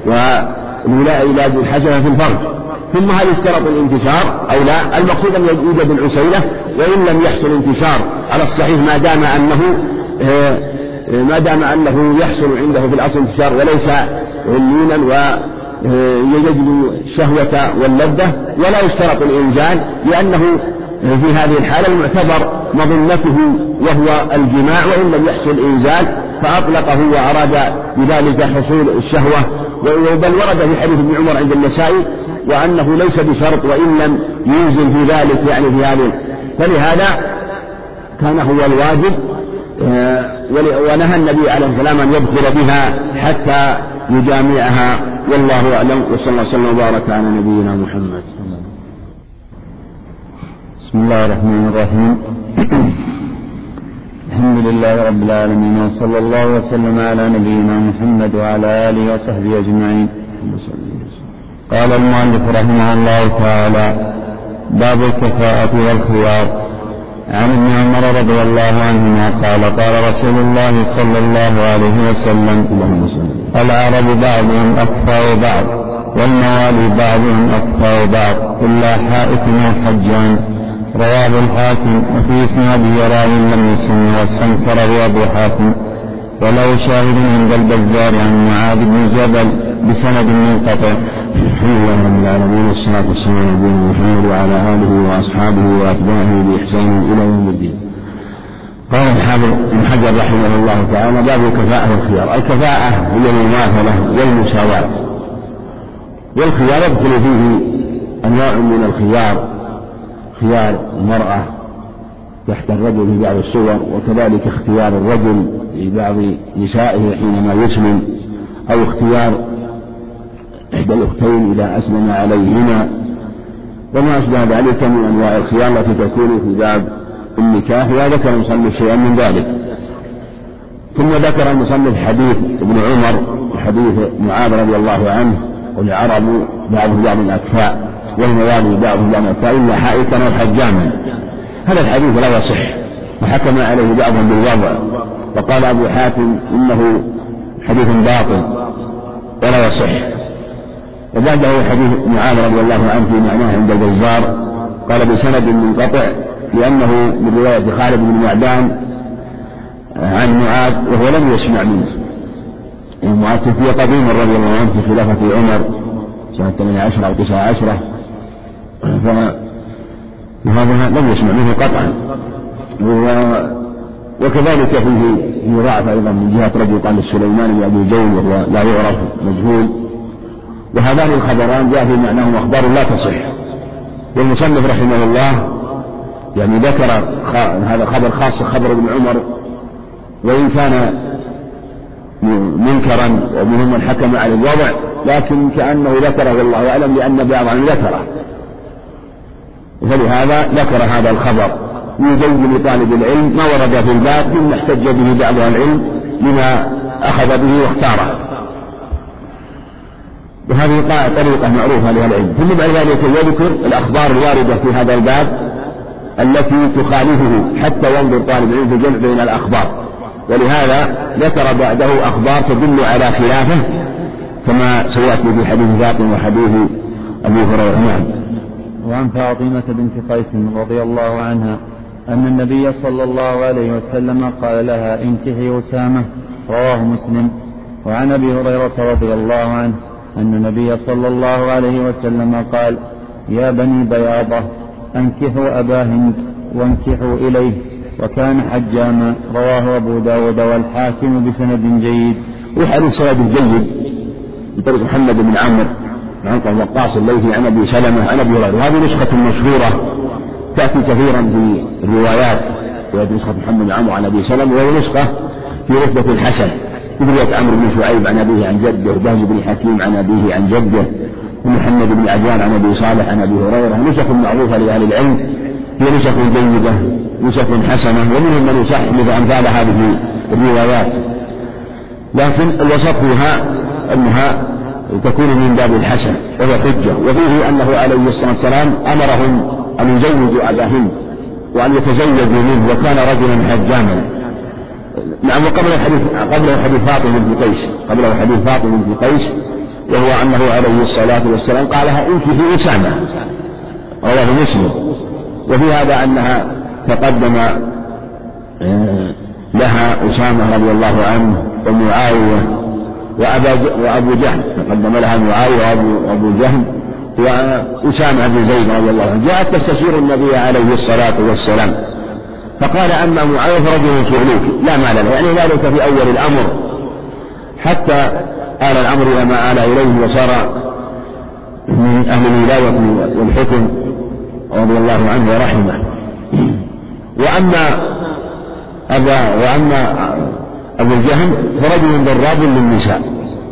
وعلاج الحشفة في الفرج. ثم هل يشترط الانتشار أو لا؟ المقصود أن يوجد العسيلة، وإن لم يحصل انتشار على الصحيح ما دام أنه ما دام أنه يحصل عنده في الأصل انتشار وليس لينا ويجد الشهوة واللذة، ولا يشترط الإنزال، لأنه في هذه الحالة المعتبر مظنته وهو الجماع، وإن لم يحصل إنزال فأطلقه وأراد بذلك حصول الشهوة. بل ورد في حديث ابن عمر عند النسائي وأنه ليس بشرط وإن لم ينزل في ذلك، يعني في هذه. فلهذا كان هو الواجب، ونهى النبي عليه السلام أن يدخل بها حتى يجامعها، والله أعلم. وصلى الله وسلم وبارك على نبينا محمد. بسم الله الرحمن الرحيم. الحمد لله رب العالمين، وصلى الله وسلم على نبينا محمد وعلى آله وصحبه أجمعين. قال المؤلف رحمه الله تعالى: باب الكفاءة والخيار. عن ابن عمر رضي الله عنهما قال: قال رسول الله صلى الله عليه وسلم: العرب بعضهم أكفى بعض، والموالي بعضهم أكفى بعض، إلا حائط وحجان. رواه الحاكم، وفي إسناده راوي لم يسم واستنكره أبو حاتم، وله شاهد عند البزار عن معاذ بن جبل بسند منقطع. الحمد لله رب العالمين، والصلاة والسلام على نبينا محمد وعلى آله وأصحابه وأتباعه بإحسان إلى يوم الدين. قال الحافظ ابن حجر رحمه الله تعالى: باب الكفاءة والخيار. الكفاءة هي المماثلة والمساواة، والخيار يدخل فيه أنواع من الخيار: خيار المرأة تحت الرجل في بعض الصور، وكذلك اختيار الرجل لبعض نسائه حينما يسلم، أو اختيار إحدى الأختين إذا أسلم عليهما، وما أشبه ذلك من أنواع الخيار التي تكون في باب النكاح. وذكر المصنف شيئا من ذلك. ثم ذكر المصنف حديث ابن عمر وحديث معاذ رضي الله عنه: والعرب بعضهم بعض الأكفاء والموالي بعضهم بعض الأكفاء إلا حائكا أو حجاما. هذا الحديث لا يصح، وحكم عليه بعضهم بالوضع، وقال أبو حاتم إنه حديث باطل ولا يصح. وبعده حديث معاذ رضي الله عنه في معناه عند البزار، قال بسند منقطع، لأنه من رواية خالد بن معدان عن معاذ وهو لم يسمع منه. معاذ توفي قديما رضي الله عنه في خلافة عمر سنة ثمانية عشرة أو تسعة عشرة، فهذا لم يسمع منه قطعا. وكذلك فيه في ضعف أيضا من جهة رجل قال السليمان بن أبي جول وهو لا يعرف مجهول. وهذان الخبران جاء في معناهم أخبار لا تصح. والمصنف رحمه الله يعني ذكر هذا خبر خاص خبر ابن عمر، وإن كان منكرا ومنهم من حكم على الوضع، لكن كأنه ذكره والله أعلم لأن بعضهم ذكره، فلهذا ذكر هذا الخبر يبين لطالب العلم ما ورد في الباب مما احتج به بعض العلم لما أخذ به واختاره. وهذه طريقة معروفة لأهل العلم. ثم بعد ذلك يذكر الأخبار الواردة في هذا الباب التي تخالفه حتى ينظر طالب العلم في الجمع بين الأخبار، ولهذا ذكر بعده أخبار تدل على خلافه كما سيأتي في حديث فاطمة وحديث أبي هريرة. نعم. وعن فاطمة بنت قيس رضي الله عنها أن النبي صلى الله عليه وسلم قال لها: انكحي أسامة، رواه مسلم. وعن أبي هريرة رضي الله عنه أن النبي صلى الله عليه وسلم قال: يا بني بياضة أنكحوا أبا هند وانكحوا إليه، وكان حجاما، رواه أبو داود والحاكم بسند جيد. وحديث سند جيد بطريق محمد بن عمرو عن ابن وقاص الليثي عن أبي سلمة عن أبي هريرة. وهذه نسخة مشهورة تأتي كثيرا في الروايات، وهذه نسخة محمد بن عمرو عن أبي سلمة، وهي نسخة في رتبة الحسن، رواية عمرو بن شعيب عن أبيه عن جده، وبهز بن حكيم عن أبيه عن جده، ومحمد بن عجلان عن أبي صالح عن أبي هريرة. نسخ معروفة لأهل العلم، هي نسخ جيدة، نسخ حسنة، ومنهم من يصحح أمثال هذه الروايات، لكن الوسط فيها أنها تكون من باب الحسن وهو حجة. وفيه أنه عليه الصلاة والسلام أمرهم أن يزوجوا أبا هند وأن يتزوجوا منه، وكان رجلا حجاما. نعم. وقبل الحديث قبله حديث فاطمة بن قيس قبله حديث فاطمة بن قيس وهو أنه عليه الصلاة والسلام قالها: انكحي أسامة، رواه مسلم. وفي هذا أنها تقدم لها أسامة رضي الله عنه ومعاوية وأبو جهل، تقدم لها معاوية وأبو جهل وأسامة بن زيد رضي الله عنه. جاءت تستشير النبي عليه الصلاة والسلام، فقال: أما معاوية فرجل سلوك لا مال له، يعني ذلك في أول الأمر، حتى آل الأمر إلى ما آل إليه وصار من أهل الولاية والحكم رضي الله عنه ورحمه. وأما أبا وأما أبو الجهم فرجل ضراب للنساء،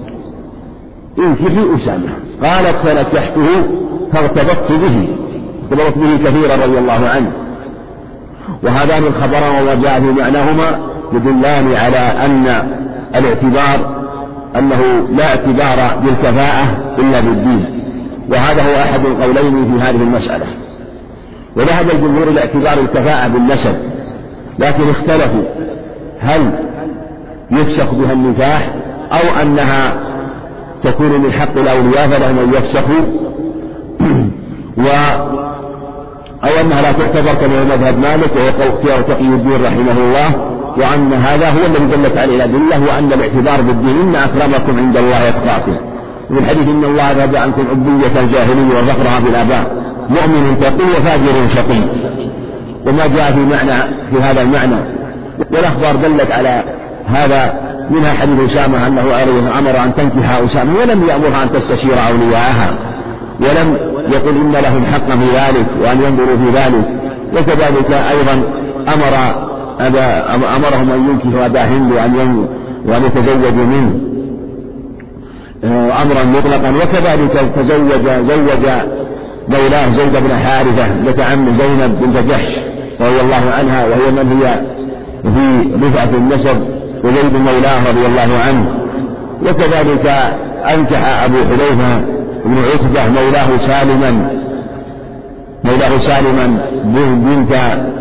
انكحي أسامة. قالت: فنكحته فارتبطت به ارتبطت به كثيرا رضي الله عنه. وهذان الخبران وما جاء في معناهما يدلان على أن الاعتبار أنه لا اعتبار بالكفاءة إلا بالدين، وهذا هو أحد القولين في هذه المسألة. وذهب الجمهور إلى اعتبار الكفاءة بالنسب، لكن اختلفوا هل يفسخ بها النكاح أو أنها تكون من حق الأولياء فلهم أن يفسخوا، و أو أنها لا تعتبر كما هو مذهب مالك وهو اختيار تقي الدين رحمه الله، وأن هذا هو الذي دلت عليه الأدلة، وأن الاعتبار بالدين: إن أكرمكم عند الله أتقاكم. وفي الحديث: إن الله ذهب عنكم عبودية الجاهلية وفخرها بالآباء، مؤمن تقي وفاجر شقي. وما جاء في معنى في هذا المعنى والأخبار دلت على هذا، منها حديث أسامة أنه عليه أمر أن تنكح أسامة ولم يأمرها أن تستشير أولياءها، ولم يقل إن لهم حقا في ذلك وأن ينظروا في ذلك. وكذلك أيضا أمر أبا أمرهم أن ينكحوا أبا هند وأن يتزوجوا منه أمرا مطلقا. وكذلك تزوج زوج مولاه زيد بن حارثة لتعم زينب بنت جحش رضي الله عنها، وهي من هي في رفعة النسب، وزيد مولاه رضي الله عنه. وكذلك أنكح أبو حذيفة بن عتبة مولاه سالما مولاه سالما بنت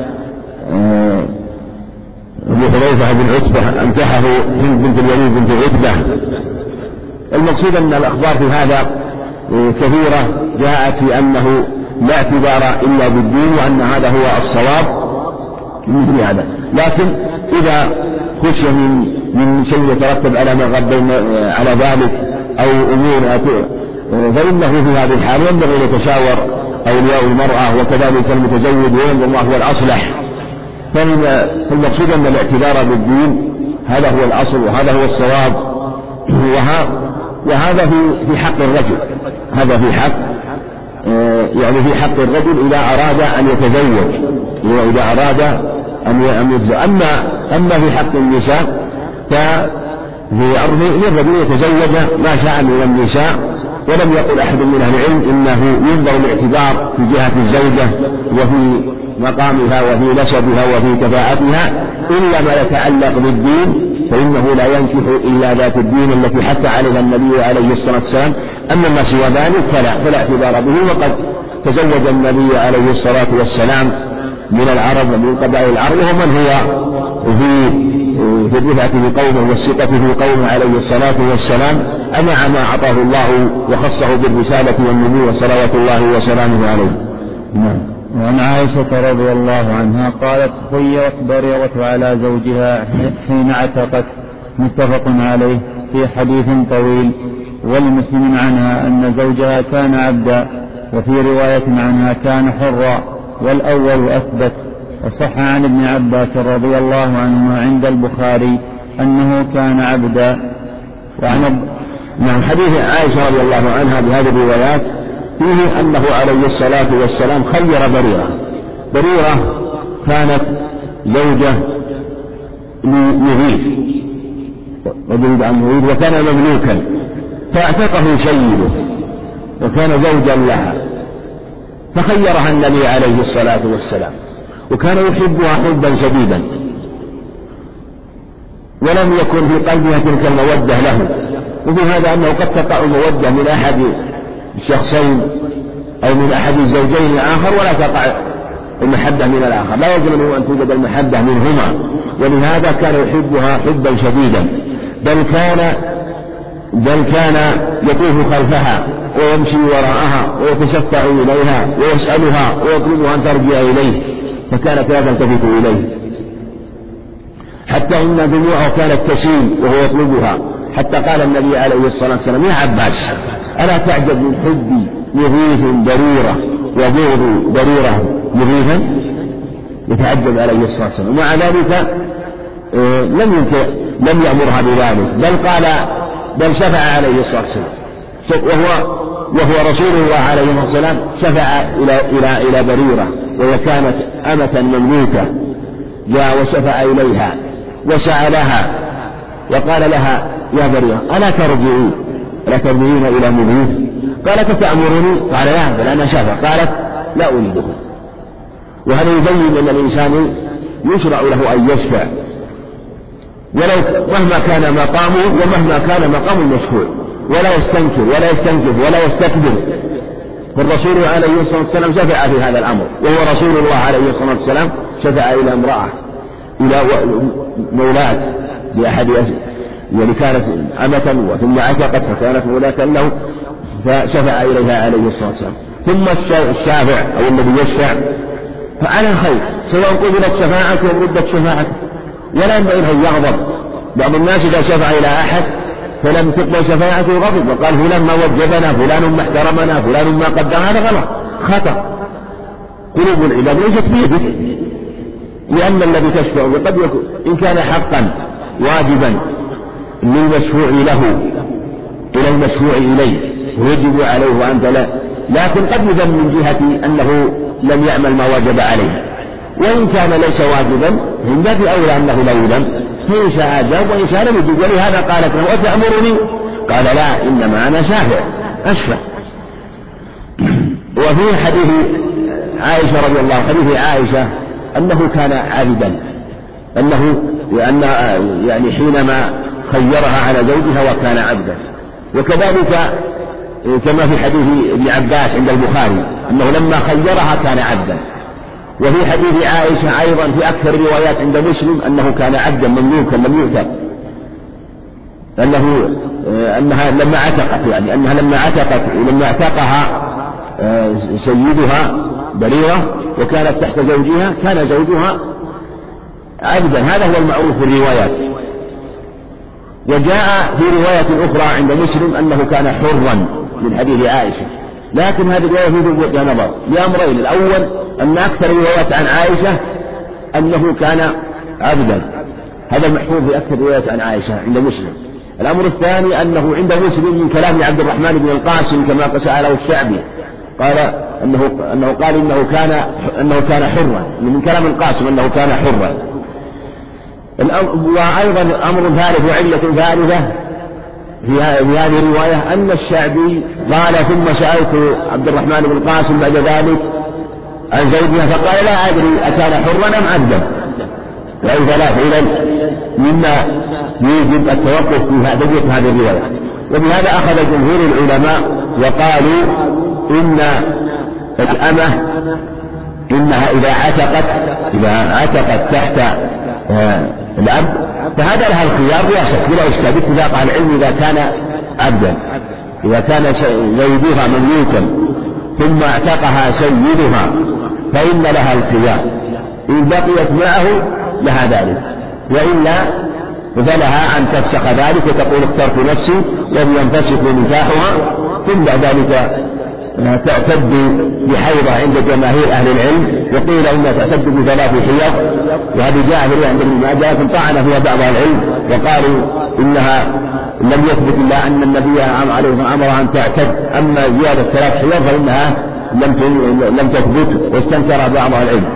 أبو حذيفة بن عتبة أنكحه هند بنت الوليد بنت عتبة. المقصود أن الأخبار في هذا كثيرة جاءت في أنه لا اعتبار إلا بالدين، وأن هذا هو الصواب مثل هذا. لكن إذا خشي من من شيء يترتب على ما غضب على ذلك أو أمور فإنه في هذه الحال ينبغي أن يتشاور أولياء المرأة وكذلك المتزوج وينظر ما هو الأصلح. فالمقصود أن الاعتبار بالدين هذا هو الأصل وهذا هو الصواب، وهذا في في حق الرجل، هذا في حق يعني في حق الرجل إذا أراد أن يتزوج، إذا أراد أن يتزوج. أما أما في حق النساء ففي أرض الرجل يتزوج ما شاء من النساء، ولم يقل أحد من أهل العلم إنه ينظر الاعتبار في جهة الزوجة وفي مقامها وفي نسبها وفي كفاءتها إلا ما يتعلق بالدين، فإنه لا ينكح إلا ذات الدين التي حتى عليها النبي عليه الصلاة والسلام. أما ما سوى ذلك فلا, فلا اعتبار به. وقد تزوج النبي عليه الصلاة والسلام من العرب ومن قبائل العرب، ومن هو في في الرفعة في قومه والثقة في قومه عليه الصلاة والسلام أمع ما أعطاه الله وخصه بالرسالة والنبوة صلوات الله وسلامه عليه. نعم. وعن عائشة رضي الله عنها قالت: خيرت بريرة على زوجها حين عتقت، متفق عليه في حديث طويل. ولمسلم عنها أن زوجها كان عبدا، وفي رواية عنها كان حرا، والأول أثبت. وصح عن ابن عباس رضي الله عنهما عند البخاري أنه كان عبدا. وعن نعم حديث عائشة رضي الله عنها بهذه الروايات فيه أنه عليه الصلاة والسلام خير بريرة. بريرة كانت زوجة لمغيث رجل عن مغيث، وكان مملوكا فاعتقه سيده وكان زوجا لها، فخيرها النبي عليه الصلاة والسلام، وكان يحبها حبا شديدا، ولم يكن في قلبها تلك المودة له. وفي هذا أنه قد تقع المودة من أحد الشخصين أو من أحد الزوجين الآخر ولا تقع المحبة من الآخر، لا يلزم أن توجد المحبة منهما. ولهذا كان يحبها حبا شديدا، بل كان بل كان يطوف خلفها ويمشي وراءها ويتشفع إليها ويسألها ويطلبها أن ترجع إليه، فكانت لا تلتفت إليه، حتى إن دموعه كانت تسيل وهو يطلبها، حتى قال النبي عليه الصلاة والسلام: يا عباس، ألا تعجب من حبي مغيث بريرة وبغض بريرة مغيثا؟ يتعجب عليه الصلاة والسلام. ومع ذلك لم لم يأمرها بذلك، بل قال بل شفع عليه الصلاة والسلام، وهو وهو رسول الله عليه الصلاة والسلام شفع إلى إلى إلى بريرة، وهي كانت أمة مملوكة، جاء وشفع إليها وسألها وقال لها: يا بريرة، ألا ترجعين ألا ترجعين إلى مغيث؟ قالت: تأمرني؟ قال: لا، بل أنا شفع. قالت: لا أريده. وهذا يبين أن الإنسان يشرع له أن يشفع ولو مهما كان مقامه ومهما كان مقام المشفوع، ولا يستنكر ولا يستنكف ولا يستكبر. فالرسول عليه الصلاة والسلام شفع في هذا الأمر، وهو رسول الله عليه الصلاة والسلام شفع إلى امرأة، إلى مولاة لأحد يعني كانت أمة وثم عتقت فكانت مولاة له، فشفع إليها عليه الصلاة والسلام. ثم الشافع أو الذي يشفع فعلى الخير، سواء قبلت شفاعته أو ردت شفاعته، ولا ينبغي أن يغضب. بعض الناس إذا شفع إلى أحد فلم تقبل شفاعته غضب وقال: فلان ما وجبنا، فلان ما احترمنا، فلان ما قدر. هذا غلط، خطأ. قلوب العباد ليست بيدك، لأن الذي تشفع قد يكون إن كان حقا واجبا للمشفوع له إلى المشفوع إليه ويجب عليه وأنت لا، لكن قد يذم من جهة أنه لم يعمل ما وجب عليه، وإن كان ليس واجبا من باب أولى أنه لا يذم، فإن شاء أجاب وإن شاء لم يجب. ولهذا قالت له أتأمرني؟ قال لا، إنما أنا شافع أشفع. وفي حديث عائشة رضي الله عنها حديث عائشة أنه كان عابدا، أنه لأن يعني حينما خيرها على زوجها وكان عبدا. وكذلك كما في حديث ابن عباس عند البخاري أنه لما خيرها كان عبدا. وفي حديث عائشة أيضا في أكثر الروايات عند مسلم أنه كان عبدا مملوكا لم يؤتق، أنه أنها لما عتقت يعني أنها لما عتقت لما اعتقها سيدها بريرة وكانت تحت زوجها كان زوجها عبدا. هذا هو المعروف في الروايات. وجاء في رواية أخرى عند مسلم أنه كان حرا من حديث عائشة، لكن هذه الرواية فيها نظر لأمرين: الأول أن أكثر الروايات عن عائشة أنه كان عبدا، هذا المحفوظ في أكثر الروايات عن عائشة عند مسلم. الأمر الثاني أنه عند مسلم من كلام عبد الرحمن بن القاسم كما سأله الشعبي قال أنه أنه قال إنه كان أنه كان حرا، من كلام القاسم أنه كان حرا. وأيضا أمر ثالث وعلة ثالثة في هذه الرواية أن الشعبي قال ثم سألت عبد الرحمن بن القاسم بعد ذلك عن زوجها فقال لا أدري أكان حرا أم عبدا. وإذا لا فإذا مما يوجب التوقف في هذه الرواية. وبهذا أخذ جمهور العلماء وقالوا إن الأمة إنها إذا عتقت إذا عتقت تحت آه الأب فهذا لها الخيار بلا شك بلا إشكال باتفاق أهل العلم إذا كان عبدا، إذا كان زوجها مملوكا ثم اعتقها سيدها فإن لها الخيار، إن بقيت معه لها ذلك، وإلا فلها أن تفسخ ذلك وتقول اخترت نفسي ولينفسخ نكاحها، ثم بعد ذلك تعتد بحيضة عند جماهير أهل العلم، وقيل إنها تعتد بثلاث حيض، وهذه جاء في عند ابن ماجه لكن طعن فيها بعض أهل العلم وقالوا إنها لم يثبت إلا أن النبي عليه الصلاة والسلام أمرها أن تعتد، أما زيادة ثلاث حيض فإنها لم تثبت واستنكر بعض أهل العلم.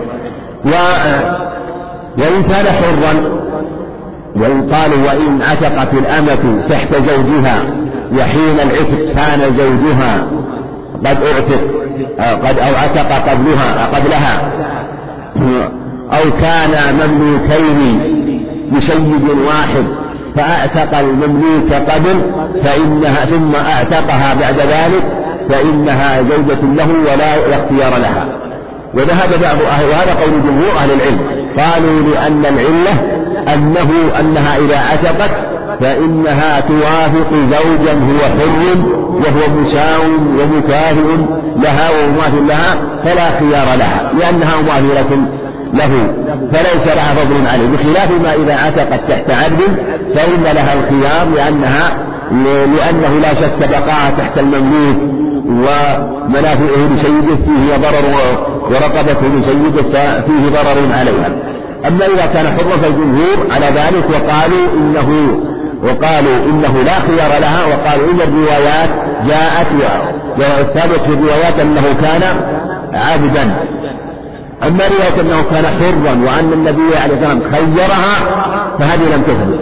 وإن كان حرا، وإن قالوا وإن عتقت الأمة تحت زوجها وحين العتق كان زوجها قد اعتق قد أو عتق قبلها قبلها أو كان مملوكين لسيد واحد فأعتق المملوك قبل فإنها ثم أعتقها بعد ذلك فإنها زوجة له ولا اختيار لها. وذهب بعض أهل وهذا قول جمهور أهل العلم قالوا لأن العلة أنه أنها إذا عتقت فإنها توافق زوجا هو حر وهو مساو ومكافئ لها ومماثل لها فلا خيار لها لأنها مماثلة له فليس لها فضل عليه، بخلاف ما إذا عتقت تحت عبد فإن لها الخيار لأنها لأنه لا شك بقاءها تحت المملوك ومنافعه لسيده فيه ضرر ورقبته لسيده فيه ضرر عليها. أما إذا كان حرا فالجمهور على ذلك وقالوا إنه وقالوا إنه لا خيار لها، وقالوا إن الروايات جاءت وثبت في الروايات أنه كان عبدا. أما رواية أنه كان حرا وأن النبي عليه الصلاة والسلام خيرها فهذه لم تثبت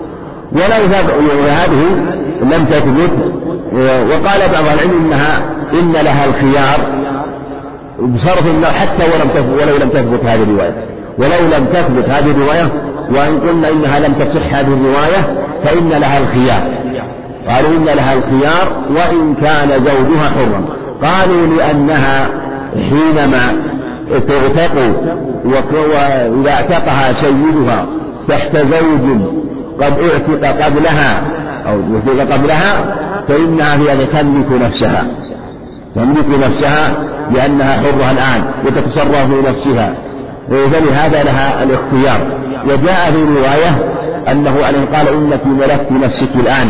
وهذه لم تثبت. وقال بعض العلم إنها إن لها الخيار بصرف حتى ولم تثبت ولو لم تثبت هذه الرواية ولو لم تثبت هذه الرواية وإن قلنا إنها لم تصح هذه الرواية فإن لها الخيار. قالوا إن لها الخيار وإن كان زوجها حرا. قالوا لأنها حينما تعتق وإذا اعتقها سيدها تحت زوج قد اعتق قبلها أو اعتق قبلها فإنها هي تملك نفسها تملك نفسها لأنها حرها الآن وتتصرف في نفسها، فلهذا لها الاختيار. وجاء في رواية أنه عليه قال إنك ملكت نفسك الآن،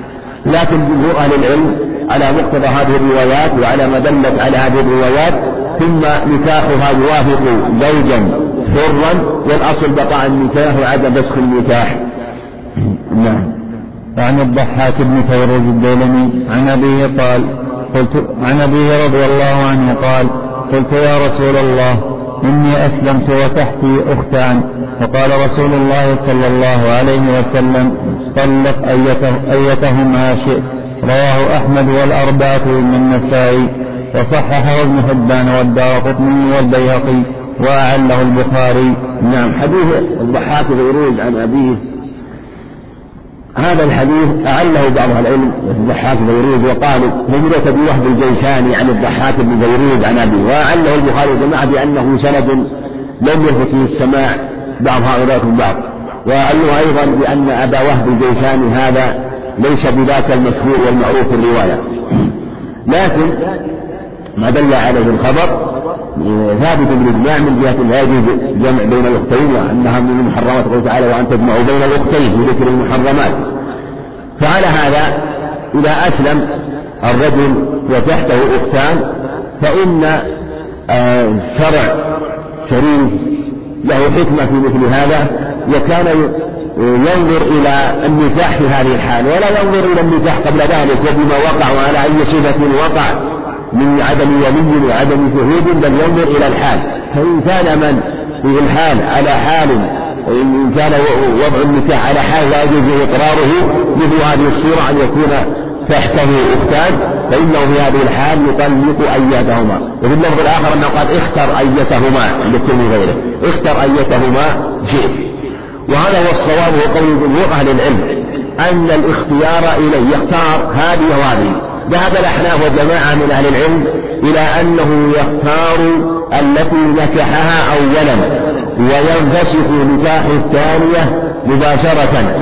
لكن جمهور أهل العلم على مقتضى هذه الروايات وعلى ما دلت على هذه الروايات ثم نكاحها يوافق زوجا حرا، والأصل بقاء النكاح وعدم فسخ النكاح. نعم. عن الضحاك بن فيروز الديلمي عن أبيه قال قلت عن أبيه رضي الله عنه قال قلت يا رسول الله إني أسلمت وتحتي أختان، فقال رسول الله صلى الله عليه وسلم طلق أيته أيتهما شئت. رواه أحمد والأربعة من النسائي، وصححه ابن حبان والدارقطني والبيهقي، وأعله البخاري. نعم. حديث الضحاك فيروز عن أبيه، هذا الحديث أعله بعض العلم الضحاك فيروز وقالوا هجرة بوهب الجيشاني عن الضحاك بن فيروز عن أبيه، وأعله البخاري وجماعة بأنه سند لم يثبت فيه السماع بعض هؤلاء من بعض، وأعله أيضا بأن أبا وهب الجيشاني هذا ليس بذاك المشهور والمعروف في الرواية، لكن ما دل عليه الخبر ثابت بالإجماع من جهة لا يجوز جمع بين الأختين وأنها من المحرمات، قال تعالى وأن تجمعوا بين الأختين في ذكر المحرمات. فعلى هذا إذا أسلم الرجل وتحته أختان فإن شرع شريف له حكمة في مثل هذا، وكان ينظر إلى النكاح في هذه الحال ولا ينظر إلى النكاح قبل ذلك وبما وقع وعلى أي صفة وقع من عدم ولي وعدم شهود، بل ينظر إلى الحال. فإن كان من في الحال على حال، إن كان وضع النكاح على حال لا يجوز إقراره مثل هذه الصورة أن يكون تحته أختان، فإنه في هذه الحال يطلق أيتهما. وفي اللفظ الآخر أنه قال اختر أيتهما عند كل غيره، اختر أيتهما شئت. وهذا هو الصواب وقول جمهور أهل العلم أن الاختيار إليه يختار هذه وهذه. ذهب الأحناف وجماعة من أهل العلم إلى أنه يختار التي نكحها أولا وينفسخ نكاح الثانية مباشرة،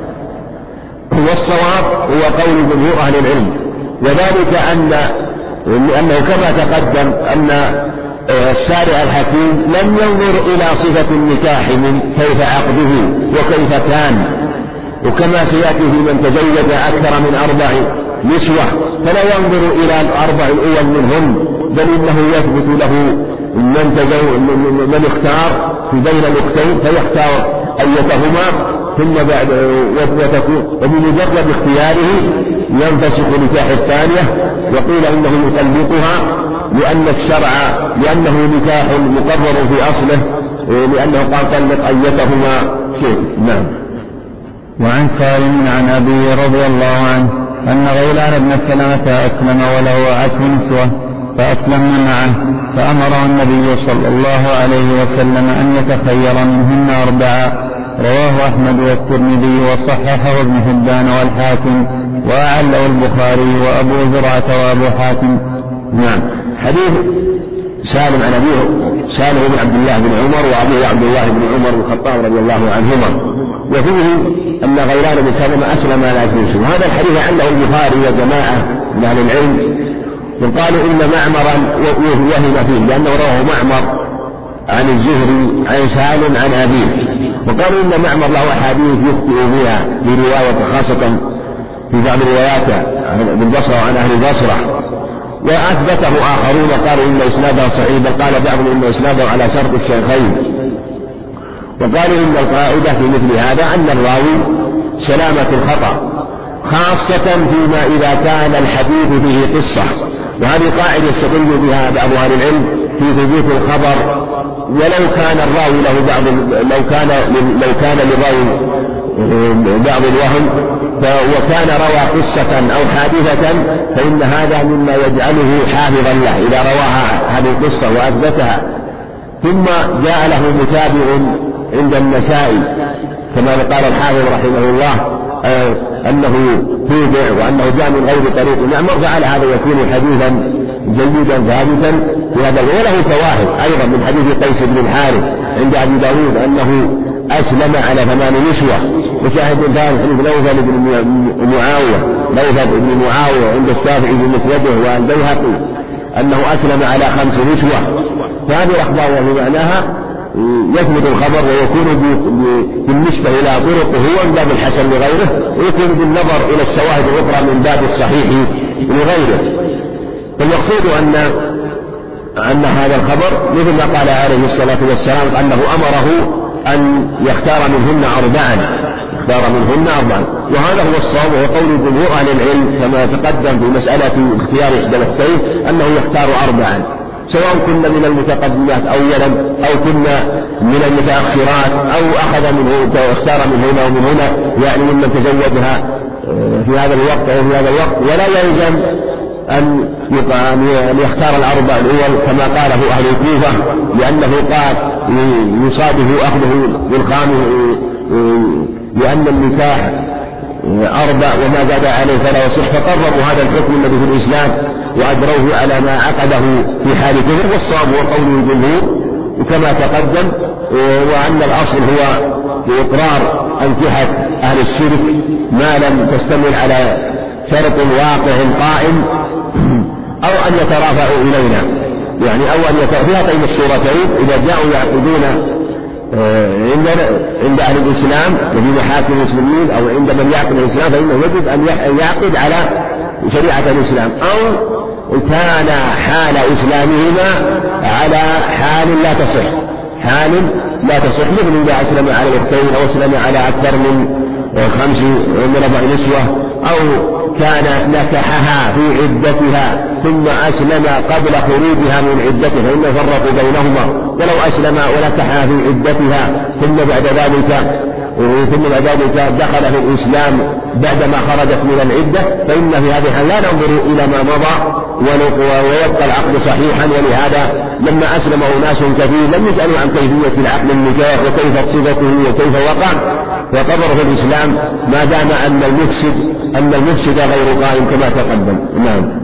والصواب هو قول جمهور أهل العلم، وذلك أن لأنه كما تقدم أن الشارع الحكيم لم ينظر إلى صفة النكاح من كيف عقده وكيف كان، وكما سيأتي في من تزوج أكثر من أربع نسوة فلا ينظر إلى الأربع الأول منهم، بل إنه يثبت له من, من اختار في بين الأختين فيختار أيتهما ثم بعد وتكون وبمجرد اختياره ينفسخ نكاح الثانية، وقيل إنه يطلقها لأن الشرع لأنه نكاح مقرر في أصله، لأنه قال طلق أيتهما شيء. نعم. وعن سالم عن أبي رضي الله عنه أن غيلان بن سلمة أسلم وله عشر نسوة فأسلمن معه، فأمره النبي صلى الله عليه وسلم أن يتخير منهن أربعة. رواه أحمد والترمذي وصححه ابن حبان والحاكم، وأعله البخاري وأبو زرعة وأبو حاتم. نعم. حديث سالم عن أبيه سالم بن عبد الله بن عمر وأبيه عبد الله بن عمر بن الخطاب رضي الله عنهما، وفيه أن غيلان بن سلمة أسلم على أسلم. وهذا الحديث عنه البخاري وجماعة من أهل العلم، وقالوا إن معمرا وهم فيه لأنه رواه معمر عن الزهري عن سالم عن أبيه، وقالوا إن معمر له أحاديث يخطئ بها برواية خاصة في بعض الروايات بالبصرة وعن أهل البصرة، وأثبته آخرون قالوا إن إسناده صحيح، بل قال بعضهم إن إسناده على شرط الشيخين. وقالوا إن القاعدة في مثل هذا أن الراوي سلامة الخطأ، خاصة فيما إذا كان الحديث فيه قصة، وهذه قاعدة يستدل بها بعض أهل العلم في ثبوت الخبر، ولو كان الراوي له بعض لو كان لو كان للراوي بعض الوهم وكان روى قصة أو حادثة فإن هذا مما يجعله حافظا له إذا رواها هذه القصة وأثبتها. ثم جاء له متابع عند النسائي كما قال الحافظ رحمه الله آه أنه توبع وأنه جاء من غير طريق معمر، فعلى هذا يكون حديثا جيدا ثابتا في هذا. وله فواهد أيضا من حديث قيس بن الحارث عند أبي داود أنه أسلم على ثمان نسوة، وشاهد ثالث حديث لوثل بن معاوية لوثل بن معاوية عند الشافعي في مسنده والبيهقي أنه أسلم على خمس نسوة. فهذه الأخبار وفي معناها يثبت الخبر ويكون بالنسبة إلى طرقه هو من باب الحسن لغيره، ويكون بالنظر إلى الشواهد الأخرى من باب الصحيح لغيره. فالمقصود أن أن هذا الخبر مثل ما قال عليه الصلاة والسلام أنه أمره أن يختار منهن أربعا اختار منهن أربعا وهذا هو الصواب وهو قول جمهور أهل العلم كما تقدم في مسألة اختيار إحدى الأختين أنه يختار أربعا سواء كنا من المتقدمات أولا أو كنا من المتأخرات أو أخذ منه اختار من هنا ومن هنا يعني ممن تزوجها في هذا الوقت أو في هذا الوقت ولا يلزم أن يختار الأربع الأول كما قاله أهل الكوفة لأنه قال يصادف أخذه بالخامس لأن النكاح أربع وما زاد عليه فلا يصح فقرروا هذا الحكم الذي في الإسلام وأجروه على ما عقده في حال كفر والصواب هو قول الجمهور وكما تقدم وأن الأصل هو إقرار أنكحة أهل الشرك ما لم تشتمل على شرط واقع قائم أو أن يترافعوا إلينا يعني أو أن يترافعوا هاتين الصورتين إذا جاءوا يعقدون عند عند أهل الإسلام وفي محاكم المسلمين أو عند من يعقد الإسلام فإنه يجب أن يعقد على شريعة الإسلام أو كان حال إسلامهما على حال لا تصح حال لا تصح مثل إذا أسلم على الاختين أو أسلم على أكثر من خمس من أربع نسوة أو كان نكحها في عدتها ثم أسلم قبل خروجها من عدتها فإنه فرقوا بينهما ولو أسلم ونكحها في عدتها ثم بعد ذلك ثم بعد ذلك دخل في الإسلام بعدما خرجت من العدة فإن في هذه الحال لا ننظر إلى ما مضى ويبقى العقد صحيحا ولهذا لما أسلم أناس كثير لم يسألوا عن كيفية العقد النكاح وكيف صفته وكيف وقع وقبر في الإسلام ما دام أن المفسد أن المفسد غير قائم كما تقدم. نعم.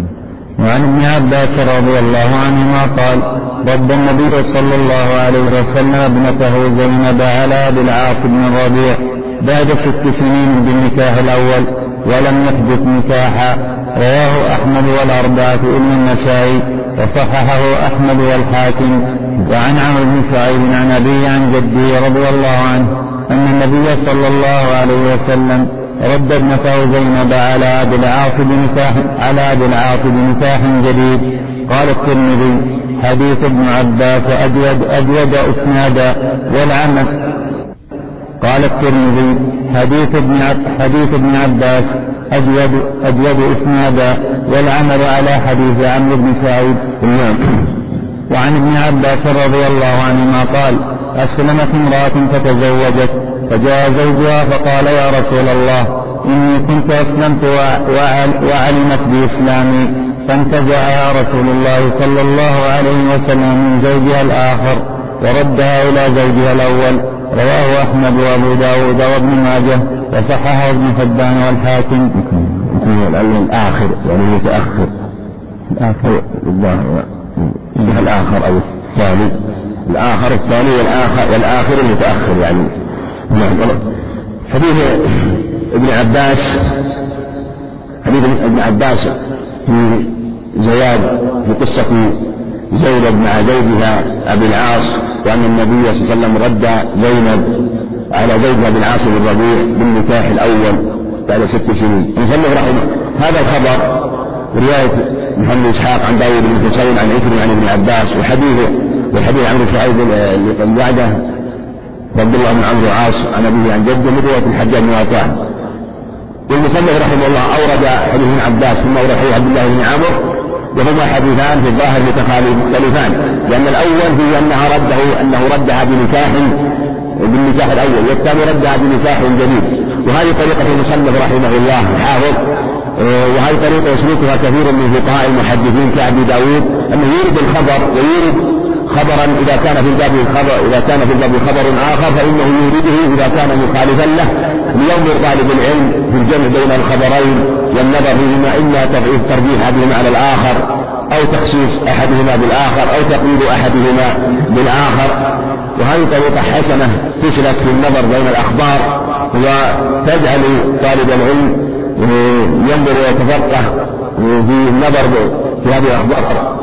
وعن ابن عباس رضي الله عنهما قال رد النبي صلى الله عليه وسلم ابنته زينب على أبي العاص بن الربيع بعد ست سنين بالنكاح الأول ولم يحدث نكاحا رواه أحمد والأربعة إلا النسائي وصححه أحمد والحاكم. وعن عمرو بن شعيب عن أبيه عن جده رضي الله عنه أن النبي صلى الله عليه وسلم رد ابنته زينب على أبي العاص بنكاح على أبي العاص بنكاح جديد. قال الترمذي حديث ابن عباس أجود أجود إسنادا والعمل قال الترمذي حديث ابن حديث ابن عباس أجود أجود إسنادا والعمل على حديث عمرو بن شعيب. وعن ابن عباس رضي الله عنهما قال أسلمت امرأة فتزوجت فجاء زوجها فقال يا رسول الله إني كنت أسلمت وعلمت بإسلامي فانتزعها رسول الله صلى الله عليه وسلم من زوجها الآخر وردها إلى زوجها الأول. رواه أحمد وأبو داود وابن ماجه وصححه ابن حبان والحاكم. الآخر يعني متأخر الآخر الآخر أو الثاني الآخر الثاني والآخر والآخر المتأخر يعني. حديث ابن عباس حديث ابن عباس في زياد في قصة زينب مع زوجها أبي العاص وأن النبي صلى الله عليه وسلم رد زينب على زوجها أبي العاص بن الربيع بالنكاح الأول بعد ست سنين. المصنف رحمه هذا الخبر رواية محمد إسحاق عن داود بن حسين عن عكرمة عن ابن عباس وحديثه وحديث عمرو بن شعيب اللي قد بعده عبد الله بن عمرو العاص عن أبيه عن جده من رواية الحجاج بن وقاص. والمصنف رحمه الله أورد حديث ابن عباس ثم أورد حديث عبد الله بن عمرو وهما حديثان في الظاهر مختلفان لأن الأول هي أنها رده أنه ردها بنكاح بالنكاح الأول والثاني ردها بنكاح جديد. وهذه طريقة المصنف رحمه الله الحافظ وهذه طريقة يسلكها كثير من فقهاء المحدثين كأبي داود أنه يرد الخبر ويرد خبرا إذا كان في الباب خبر إذا كان في الباب خبر آخر فإنه يريده إذا كان مخالفا له لينظر طالب العلم في الجمع بين الخبرين والنظر فيهما إما تضعيف ترجيح أحدهما على الآخر أو تخصيص أحدهما بالآخر أو تقييد أحدهما بالآخر. وهذه طريقة حسنة تسلك في النظر بين الأخبار وتجعل طالب العلم ينظر ويتفقه في النظر في هذه الأخبار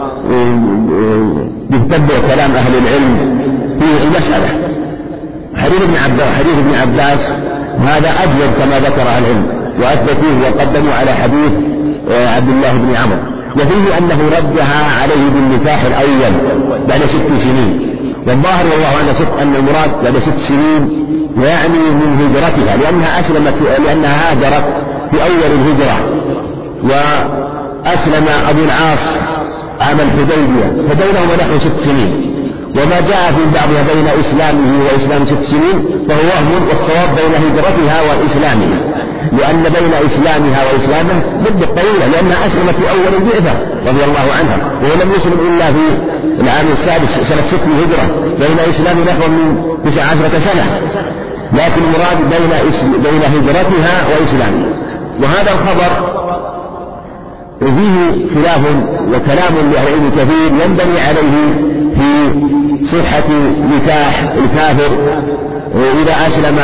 يتبع كلام أهل العلم في المسألة. حديث ابن عباس حديث ابن عباس هذا أجود كما ذكر العلم وأثبتوه وقدموا على حديث عبد الله بن عمرو وفيه أنه ردها عليه بالنكاح الأول بعد ست سنين، والظاهر والله أعلم أن المراد بعد ست سنين يعني من هجرتها، لأنها أسلمت لأنها هاجرت في أول الهجرة، وأسلم أبو العاص عام الحديبية فبينهما نحو ست سنين، وما جاء في بعضها بين إسلامه وإسلام ست سنين فهو وهم، والصواب بين هجرتها وإسلامها، لأن بين إسلامها وإسلامه مدة طويلة، لأنها أسلمت في أول البعثة رضي الله عنها، وهو لم يسلم إلا في العام السادس سنة ست هجرة، بين إسلامه نحو من تسع عشرة سنة، لكن المراد بين بين هجرتها وإسلامها. وهذا الخبر فيه خلاف وكلام لأهل العلم كثير ينبني عليه في صحة نكاح الكافر إذا أسلم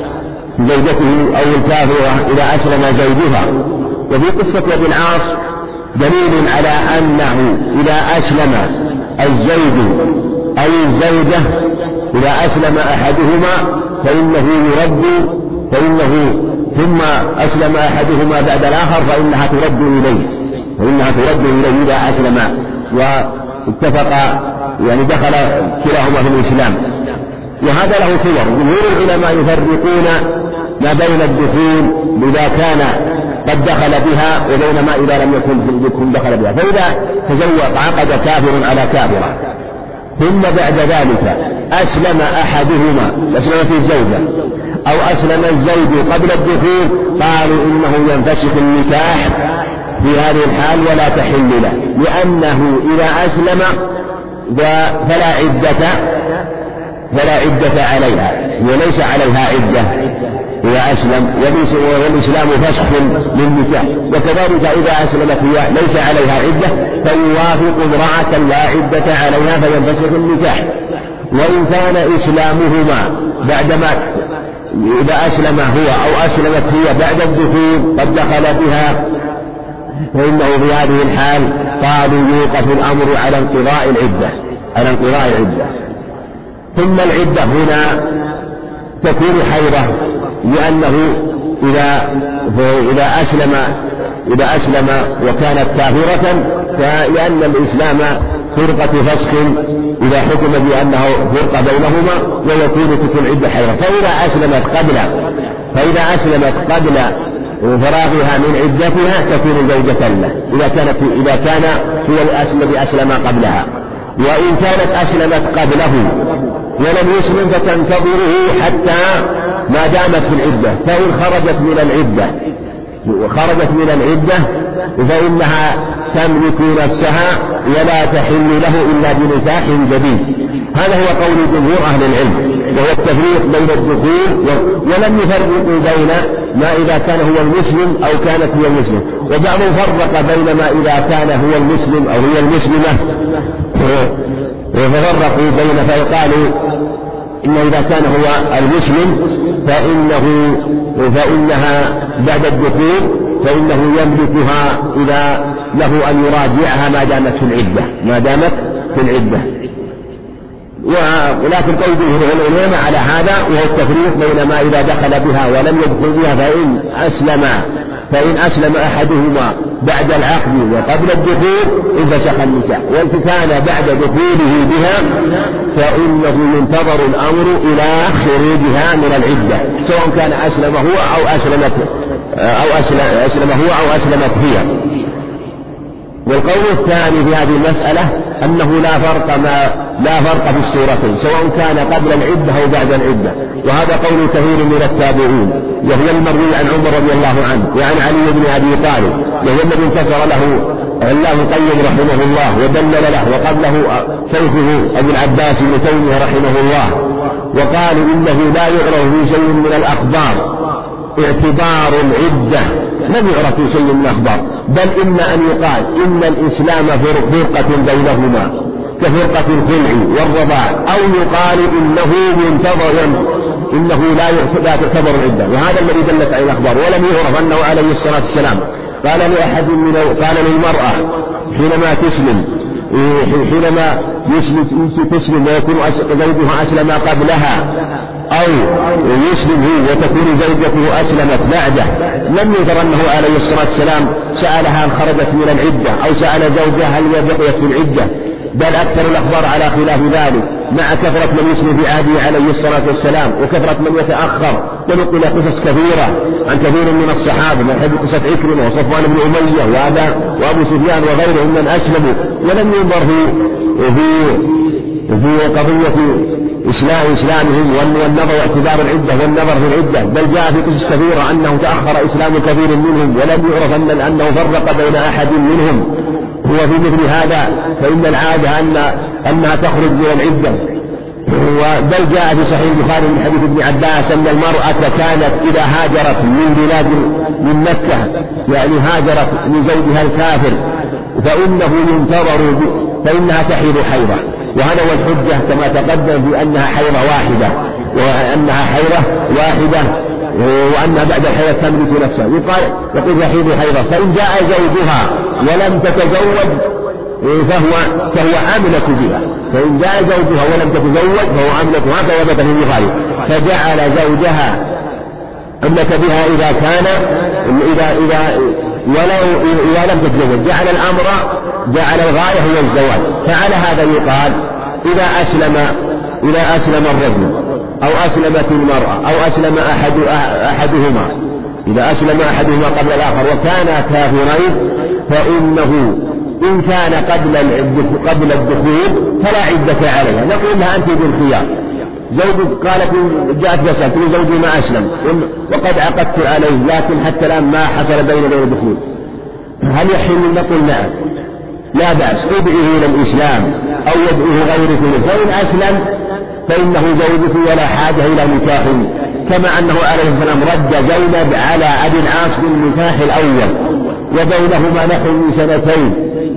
زوجته أو الكافرة إذا أسلم زوجها. وفي قصة أبي العاص دليل على أنه إذا أسلم الزوج أو الزوجة إذا أسلم أحدهما فإنه يرد فإنه ثم أسلم أحدهما بعد الآخر فإنها ترد إليه فإنها ترد إليه إذا أسلم واتفق يعني دخل كلاهما في الإسلام. وهذا له صور. جمهور العلماء يفرقون ما بين الدخول إذا كان قد دخل بها وبين ما إذا لم يكن يكن دخل بها. فإذا تزوج عقد كافر على كافرة ثم بعد ذلك أسلم أحدهما أسلم في الزوجة أو أسلم الزوج قبل الدخول قالوا إنه ينفسخ النكاح في هذه الحال ولا تحل له، لأنه إذا أسلم فلا عدة فلا عدة عليها وليس عليها عدة إذا أسلم، والإسلام فسخ للنكاح. وكذلك إذا أسلمت هي ليس عليها عدة فيوافق امرأة لا عدة عليها فينفسخ النكاح. وإن كان إسلامهما بعدما إذا أسلم هو أو أسلمت هي بعد الدخول قد دخل بها فإنه في هذه الحال قالوا يوقف الأمر على انقضاء العدة على انقضاء العدة. ثم العدة هنا تكون حيضة، لأنه إذا إذا أسلم إذا أسلم وكانت كافرة فلأن الإسلام فرقة فسخ إذا حكم بأنه فرقة بينهما ويكون تكون عدة حيضة. فإذا أسلمت قبل فإذا أسلمت قبل وفراغها من عدتها تكون زوجة له إذا كانت إذا كان هو الذي أسلم قبلها. وإن كانت أسلمت قبله ولم يسلم فتنتظره حتى ما دامت في العدة، فإن خرجت من العدة خرجت من العدة فإنها تملك نفسها ولا تحل له إلا بنكاح جديد. هذا هو قول جمهور أهل العلم، وهو التفريق بين الدخول ولم يفرقوا بين ما إذا كان هو المسلم أو كانت هي المسلم. وبعضهم فرق بين ما إذا كان هو المسلم أو هي المسلمة وفرقوا بين فيقالوا إن إذا كان هو المسلم فإنه فإنها بعد الدخول فإنه يملكها إذا له أن يراجعها ما دامت في العدة ما دامت في العدة. ولكن قول العلماء على هذا وهو التفريق بين ما إذا دخل بها ولم يدخل بها فإن أسلم فإن أسلم أحدهما بعد العقد وقبل الدخول انفسخ النكاح، وإن كان بعد دخوله بها فإنه ينتظر الأمر إلى خروجها من العدة سواء كان أسلم هو أو أسلمت أو أسلم, أسلم هو أو أسلمت هي. والقول الثاني في هذه المسألة أنه لا فرق ما لا فرق في الصورتين سواء كان قبل العدة أو بعد العدة، وهذا قول كثير من التابعين وهو المروي عن عمر رضي الله عنه وعن علي بن أبي طالب وهو الذي انتصر له علاه القيم رحمه الله ودلل له، وقبله شيخه أبو العباس بن تيمية رحمه الله، وقالوا إنه لا يعرف في شيء من الأخبار اعتبار العدة لم يعرف في شيء من الأخبار، بل إن أن يقال إن الإسلام فرقة بينهما كفرقة الخلع والرضاع، أو يقال إنه منتظر إنه لا تعتبر العدة. وهذا الذي دلت عليه الأخبار. ولم يعرف أنه عليه الصلاة والسلام قال لأحد من قال للمرأة حينما تسلم حينما يسلم تسلم ويكون زوجها أسلم قبلها، أو يسلم هو وتكون زوجته أسلمت بعده، لم يذر أنه عليه الصلاة والسلام سألها هل خرجت من العدة أو سأل زوجها هل بقيت في العدة، بل أكثر الأخبار على خلاف ذلك، مع كثرة من يسلم في عهده عليه الصلاة والسلام وكثرة من يتأخر. ونقل قصص كثيرة عن كثير من الصحابة، من حيث قصة عكرمة وصفوان بن أمية وأبو سفيان وغيرهم من أسلموا ولم ينظر في في قضية إسلام إسلامهم والنظر واعتبار العدة والنظر في العدة، بل جاء في قصص كثيرة أنه تأخر إسلام كثير منهم ولم يعرف أن أنه فرق بين أحد منهم. هو في مثل هذا فإن العادة أن أنها تخرج من العدة. بل جاء في صحيح البخاري من حديث ابن عباس أن المرأة كانت إذا هاجرت من بلاد من مكة، يعني هاجرت من زوجها الكافر، فإنه ينتظر فإنها تحيض حيضة، وهذا هو الحجة كما تقدم في أنها حيضة واحدة، وأنها حيضة واحدة وأنها بعد الحيضة تملك نفسها. يقال يقول تحيض حيضة، فإن جاء زوجها ولم تتزوج فهو فهو أملك بها، فإن جاء زوجها ولم تتزوج فهو أملك، هذا ثبت في البخاري. فجعل زوجها أملك بها إذا كان إذا إذا ولو إذا لم تتزوج، جعل الأمر جعل الغاية هو الزواج. فعلى هذا يقال إذا أسلم إذا أسلم الرجل أو أسلمت المرأة أو أسلم أحد أحدهما إذا أسلم أحدهما قبل الآخر وكانا كافرين، فإنه إن كان قبل قبل الدخول فلا عدة عليها، نقول لها أنت بالخيار. زوجك قالت جاءت تسأل تقول زوجي ما أسلم وقد عقدت عليه لكن حتى الآن ما حصل بين وبين الدخول، هل يحل؟ نقول نعم لا بأس، ادعه إلى الإسلام أو يدعوه غيره، فإن أسلم فإنه زوجته ولا حاجة إلى نكاح، كما أنه عليه السلام رد زينب على أبي العاص بالنكاح الأول وبينهما نحو من سنتين،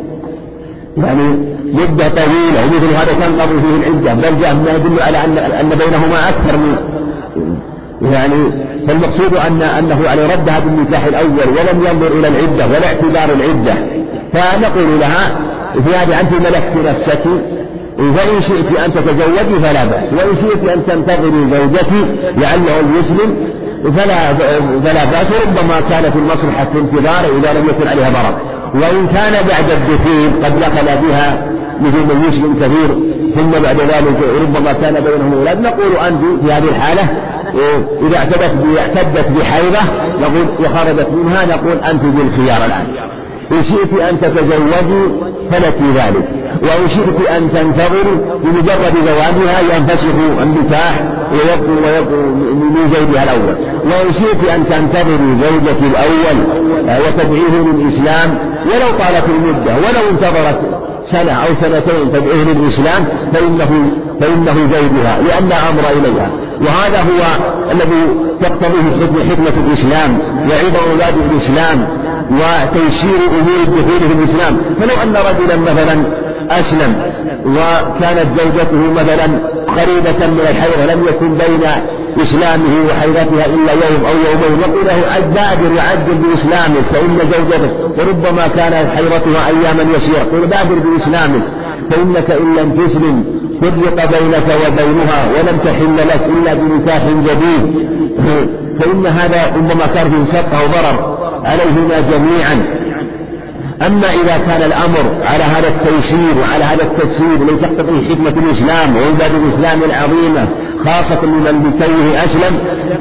يعني مدة طويلة، ومثل هذا تنقضي فيه العدة، بل جاء ما يدل على أن, أن بينهما أكثر من يعني. فالمقصود أن أنه على ردها بالنكاح الأول ولم ينظر إلى العدة ولا اعتبار العدة، فنقول لها في هذا أنت ملكت نفسك، فإن شئت أن تتزوجي فلا بأس، وإن شئت أن تنتظري زوجتي لعله المسلم فلا فلا بأس، ربما كانت المصلحة في انتظاره إذا لم يكن عليها ضرر. وإن كان بعد الدخول قد دخل بها مثل من يسلم كثير ثم بعد ذلك ربما كان بينهم أولاد، نقول أنت في هذه الحالة إذا اعتدت اعتدت بحيضة نقول وخرجت منها نقول أنت بالخيار الآن، إن شئت أن تتزوجي فلك ذلك، وإن شئت أن تنتظري بمجرد زواجها ينفسخ النكاح ويبقوا ويبقوا من زوجها الأول، وإن شئت أن تنتظري زوجك الأول وتدعيه للإسلام ولو طالت المدة ولو انتظرت سنة أو سنتين تدعيه للإسلام فإنه فإنه زوجها لأن أمر إليها. وهذا هو الذي تقتضيه حكمة الإسلام وعظم مبادئ الإسلام وتيسير أمور الدخول في الإسلام. فلو أن رجلا مثلا أسلم وكانت زوجته مثلا قريبة من الحيض لم يكن بين إسلامه وحيضتها إلا يوم أو يومين، نقول له بادر وعجل بإسلامك فإن زوجتك وربما كانت حيضتها أياما يسيرة، قل بادر بإسلامك فإنك إن لم تسلم فرق بينك وبينها ولم تحل لك إلا بنكاح جديد، فإن هذا ربما كان فيه شقة وضرر عليهما جميعا. أما إذا كان الأمر على هذا التيسير وعلى هذا التسهيل الذي تقتضيه حكمة الإسلام وعبادة الإسلام العظيمة خاصة لمن بكونه أسلم،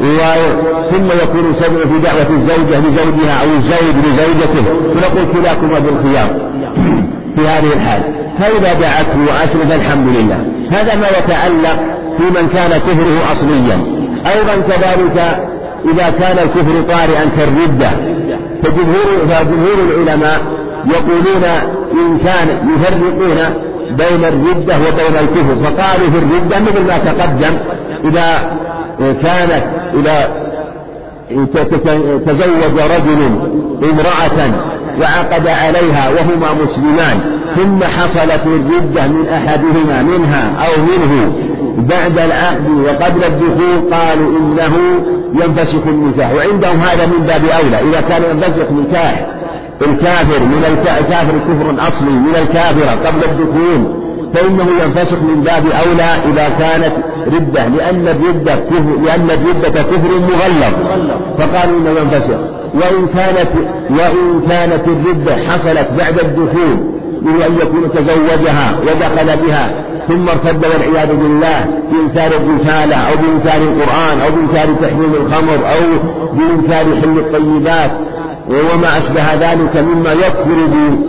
ثم يكون سبب في دعوة الزوجة لزوجها أو الزوج لزوجته، فنقول كلاكما بالخيار في هذه الحال. فإذا دعته وأسلم فالحمد لله. هذا ما يتعلق في من كان كفره أصليا. أيضا كذلك إذا كان الكفر طارئا كالردة، فجمهور العلماء يقولون إن كان يفرقون بين الردة وبين الكفر، فقالوا في الردة مثل ما تقدم إذا كانت إذا تزوج رجل امرأة وعقد عليها وهما مسلمان ثم حصلت الردة من أحدهما منها أو منه بعد العقد وقبل الدخول قالوا إنه ينفسخ النكاح، وعندهم هذا من باب أولى. إذا كان ينفسخ نكاح الكافر من الكافر كفر أصلي من الكافرة قبل الدخول فإنه ينفسخ من باب أولى إذا كانت ردة، لأن الردة كفر، لأن الردة كفر مغلظ، فقالوا إنه ينفسخ. وإن كانت وإن كانت الردة حصلت بعد الدخول، من أن يكون تزوجها ودخل بها ثم ارتد والعياذ بالله بإنكار الرسالة أو بإنكار القرآن أو بإنكار تحريم الخمر أو بإنكار حل الطيبات وما أشبه ذلك مما يكفر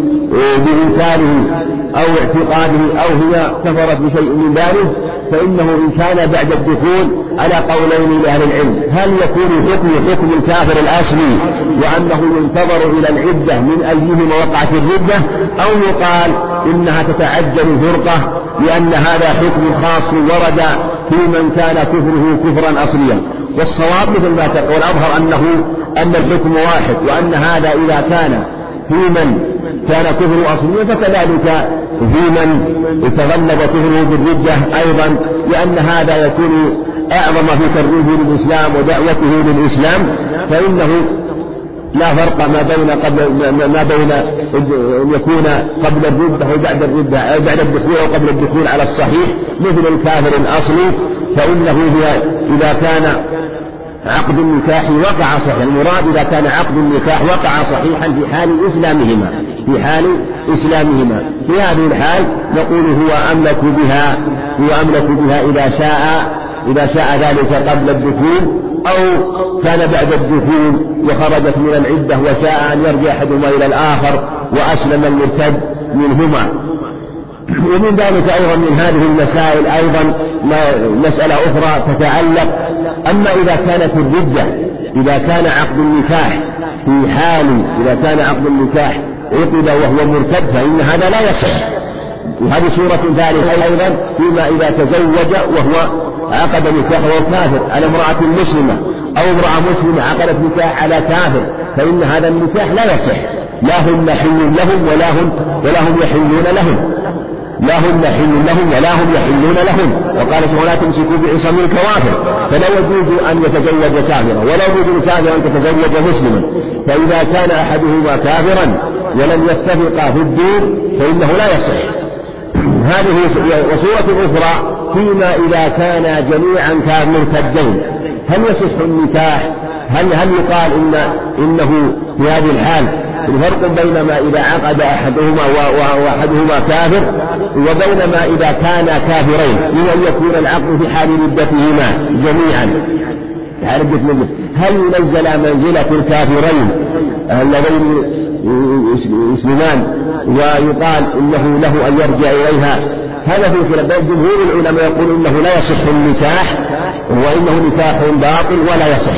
بإنكاره أو اعتقاده أو هي كفرت بشيء من ذلك، فإنه إن كان بعد الدخول على قولين لأهل العلم، هل يكون حكم حكم الكافر الأصلي وأنه ينتظر إلى العدة من أيهما وقعت الردة، أو يقال إنها تتعجل الفرقة لأن هذا حكم خاص ورد في من كان كفره كفرا أصليا. والصواب مثل ما تقول أظهر أنه أن الحكم واحد، وأن هذا إذا كان في من كان كفره أصليا فكذلك في من تغلب كفره بالردة أيضا، لأن هذا يكون أعظم في ترويجه للإسلام ودعوته للإسلام، فإنه لا فرق ما بين قبل ما بين أن يكون قبل الردة وبعد الردة أو بعد الدخول أو قبل الدخول على الصحيح مثل الكافر الأصلي، فإنه هي إذا كان عقد النكاح وقع صحيح، المراد إذا كان عقد النكاح وقع صحيحا في حال إسلامهما في حال إسلامهما في هذه الحال نقول هو أملك بها هو أملك بها إذا شاء إذا شاء ذلك قبل الدخول أو كان بعد الدخول وخرجت من العدة وشاء أن يرجع أحدهما إلى الآخر وأسلم المرتد منهما. ومن ذلك أيضا من هذه المسائل أيضا مسألة أخرى تتعلق، أما إذا كانت الردة إذا كان عقد النكاح في حال إذا كان عقد النكاح عقد وهو مرتد فإن هذا لا يصح. وهذه صورة ثالثة أيضا فيما إذا تزوج وهو عقد نكاح وهو كافر على امرأة مسلمة أو امرأة مسلمة عقدت نكاح على كافر، فإن هذا النكاح لا يصح، لا هم حل لهم ولا هم ولا هم يحلون لهم لا هم يحل لهم ولا هم يحلون لهم. وقال سبحانه لا تمسكوا بعصم الكوافر، فلا يجوز أن يتزوج كافرا ولا يجوز كافرا أن تتزوج مسلما، فإذا كان أحدهما كافرا ولم يتفقا في الدين فإنه لا يصح. هذه وصورة أخرى فيما إذا كان جميعا مرتدين، هل يصح النكاح؟ هل هل يقال إن إنه في هذه الحال الفرق بينما إذا عقد أحدهما وأحدهما كافر وبينما إذا كان كافرين، من أن يكون العقد في حال ردتهما جميعا. هل ينزل منزلة الكافرين اللذين يسلمان ويقال إنه له أن يرجع إليها؟ هذا في خلاف. جمهور العلماء يقول إنه لا يصح النكاح وإنه نكاح باطل ولا يصح،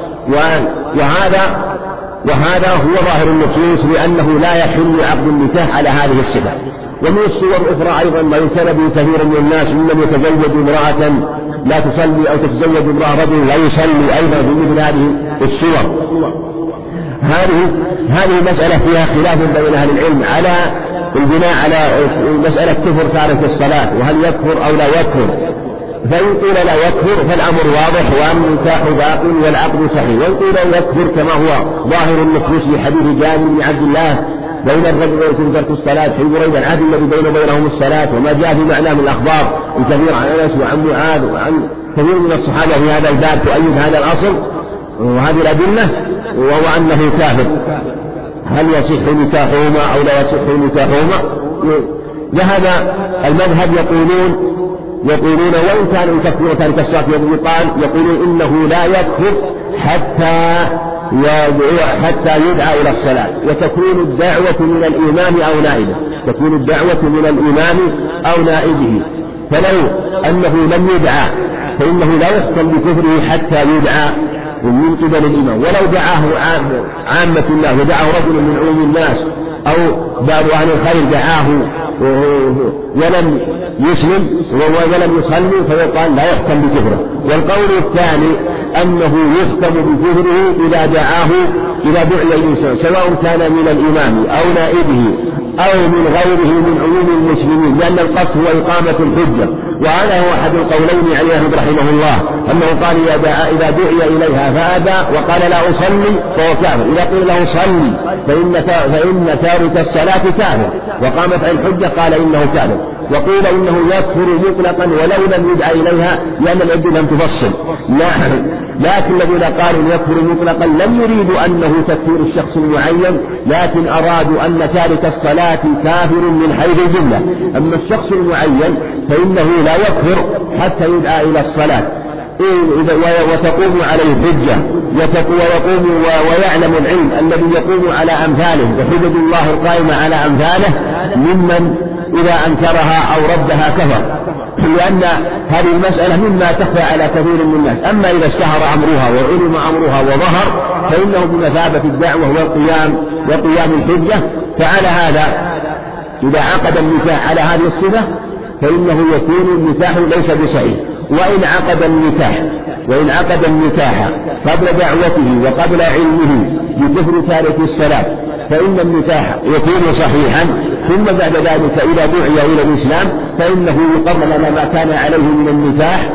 وهذا وهذا هو ظاهر النصوص لأنه لا يحل عقد النكاح على هذه الصفة. ومن الصور الأخرى أيضا ما يبتلى به كثير من الناس ممن يتزوج امرأة لا تصلي أو تتزوج امرأة رجل لا يصلي أيضا في مثل هذه الصور. هذه هذه مسألة فيها خلاف بين أهل العلم على البناء على مسألة كفر تارك الصلاة وهل يكفر أو لا يكفر. فإن قيل لا يكفر فالأمر واضح والنكاح باق والعقد صحيح، وإن قيل يكفر كما هو ظاهر النصوص في حديث جابر بن عبد الله بين الرجل ويكون ترك الصلاة في بريد العهد الذي بين بينهم الصلاة، وما جاء في معناه من الأخبار الكثير عن أنس وعن معاذ وعن كثير من الصحابة في هذا الباب تؤيد هذا الأصل وهذه الأدلة، وهو أنه كافر. هل يصح نكاحهما أو لا يصح نكاحهما؟ ذهب المذهب يقولون يقولون وإن كان يكفر تارك الصلاة يقال يقولون إنه لا يكفر حتى حتى يدعى إلى الصلاة، وتكون الدعوة من الإمام أو نائبه تكون الدعوة من الإمام أو نائبه، فلو أنه لم يدعى فإنه لا يحكم بكفره حتى يدعى من قبل الإمام. ولو دعاه عامة الناس ودعاه رجل من عموم الناس أو بعض أهل الخير دعاه ولم يسلم ولم يصلي فيقال لا يحكم بكفره. والقول الثاني أنه يحكم بكفره إذا دعاه إذا دعي الإنسان سواء كان من الإمام أو نائبه أو من غيره من عموم المسلمين، لأن القصد هو إقامة الحجة، وهذا هو أحد القولين عليه رحمه الله أنه قال إذا دعي إليها فأبى وقال لا أصلي فهو كافر، إذا قيل له صلي فإن فإن تارك الصلاة كافر وقامت الحجة قال إنه كافر. وقيل إنه يكفر مطلقا ولو لم يدعى إليها لأن العدة لم تفصل. لا لكن الذين قالوا يكفر مطلقا لم يريدوا أنه تكفير الشخص المعين، لكن أرادوا أن تارك الصلاة كافر من حيث الجملة. أما الشخص المعين فإنه لا يكفر حتى يدعى إلى الصلاة وتقوم عليه حجة ويقوم ويعلم العلم الذي يقوم على أمثاله وحجج الله القائمة على أمثاله ممن إذا أنكرها أو ردها كفر، لأن هذه المسألة مما تخفى على كثير من الناس. أما إذا اشتهر أمرها وعلم أمرها وظهر فإنه بمثابة الدعوة والقيام وقيام الحجة. فعلى هذا إذا عقد النكاح على هذه الصفة فإنه يكون النكاح ليس بصحيح. وإن عقد النكاح وإن عقد النكاح قبل دعوته وقبل علمه بكفر تارك الصلاة فإن النكاح يكون صحيحا، ثم بعد ذلك إذا دعي إلى الإسلام فإنه يقرر لنا ما كان عليه من النكاح،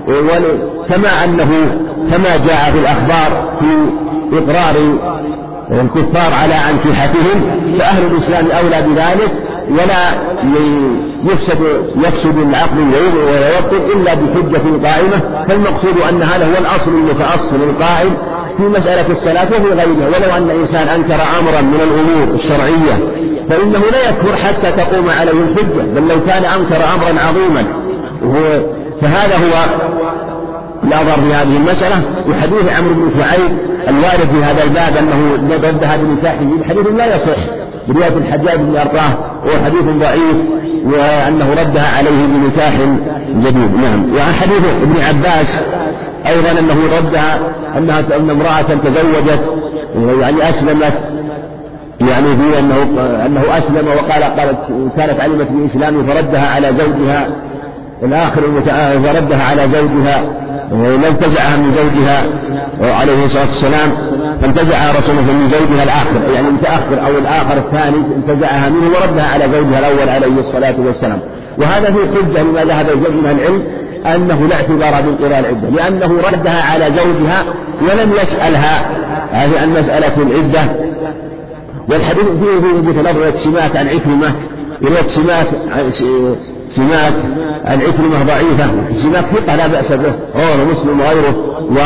كما أنه كما جاء في الأخبار في إقرار الكفار على أنكحتهم، فأهل الإسلام أولى بذلك، ولا يفسد يفسد العقل ويوطن إلا بحجة قائمة. فالمقصود أن هذا هو الأصل المتأصل القائم في مسألة الصلاة وفي غيرها. ولو أن إنسان أنكر أمرا من الأمور الشرعية فإنه لا يكفر حتى تقوم عليه الحجة، بل لو كان أنكر أمرا عظيما. فهذا هو الأظهر في هذه المسألة. وحديث عمرو بن شعيب الوارد في هذا الباب أنه ردها بنكاحه حديث لا يصح، برواية الحجاج بن أرطاه وهو حديث ضعيف، وأنه ردها عليه بنكاح جديد. نعم. وعن حديث ابن عباس أيضا أنه ردها أنها أن امرأة تزوجت يعني أسلمت، يعني في أنه أنه أسلم وقال قالت كانت علمت بالإسلام فردها على زوجها الآخر فردها على زوجها ولم تنتزعها من زوجها عليه الصلاة والسلام، فانتزعها رسول الله من زوجها الآخر يعني المتأخر أو الآخر الثاني انتزعها منه وردها على زوجها الأول عليه الصلاة والسلام. وهذا في حجة لما ذهب الجمع من العلم أنه لا اعتبار بانقضاء العدة، لأنه ردها على زوجها ولم يسألها هذه المسألة العدة. والحديث فيه في تلفظ سماك عن عكرمة، رواية سماك سماك عن عكرمة ضعيفة، سماك ثقة لا بأس به رواه مسلم وغيره،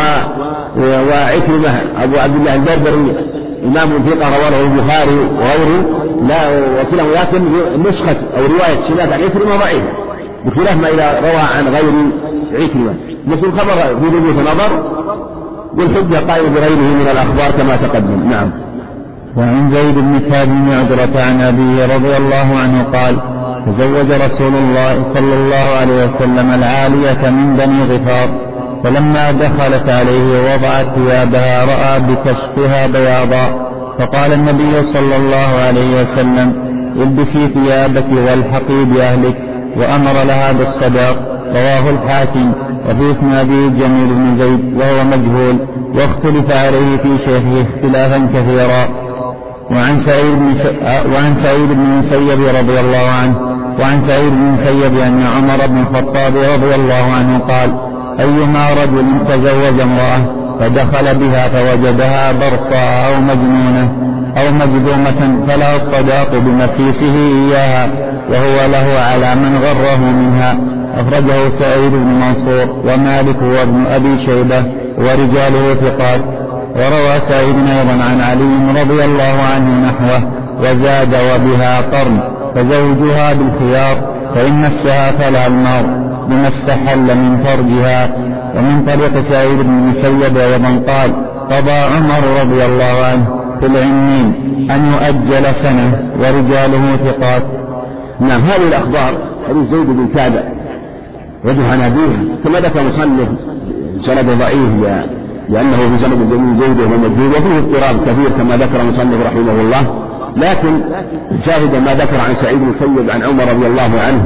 وعكرمة أبو عبد الله البربري إمام ثقة رواه البخاري وغيره، لا وكلاهما لكن نسخة أو رواية سماك عن عكرمة ضعيفة بخلاف ما إذا روى عن غير عكرمة. مثل الخبر في وجوه نظر والحجة قائمة بغيره من الأخبار كما تقدم. نعم. وعن زيد بن كعب بن عجرة عن أبيه رضي الله عنه قال: تزوج رسول الله صلى الله عليه وسلم العالية من بني غفار، فلما دخلت عليه ووضعت ثيابها رأى بكشفها بياضا، فقال النبي صلى الله عليه وسلم: البسي ثيابك والحقي بأهلك، وأمر لها بالصداق. رواه الحاكم. وفي اسناده جميل بن زيد وهو مجهول، واختلف عليه في شيخه اختلافا كثيرا. وعن سعيد بن س... وعن سعيد بن المسيب رضي الله عنه وعن سعيد بن المسيب أن عمر بن الخطاب رضي الله عنه قال: أيما رجل تزوج امرأة فدخل بها فوجدها برصا أو مجنونة أو مجذومة فلا الصداق بمسيسه إياها، وهو له على من غره منها. أخرجه سعيد بن منصور ومالك وابن أبي شيبة ورجاله ثقات. وروى سعيد أيضا عن علي رضي الله عنه نحوه وزاد: وبها قرن فزوجها بالخيار فإن السهاف لها المهر بما استحل من فرجها. ومن طريق سعيد بن المسيب أيضا قال: قضى عمر رضي الله عنه في العنين أن يؤجل سنة ورجاله ثقات. نعم. هذه الأخبار حديث زيد بن كعب رضي عن أبيه كما ذكر مصنف سند ضعيف لأنه في سند من زيد وهو مجهول وفيه اضطراب كثير كما ذكر مصنف رحمه الله، لكن شاهد ما ذكر عن سعيد بن المسيب عن عمر رضي الله عنه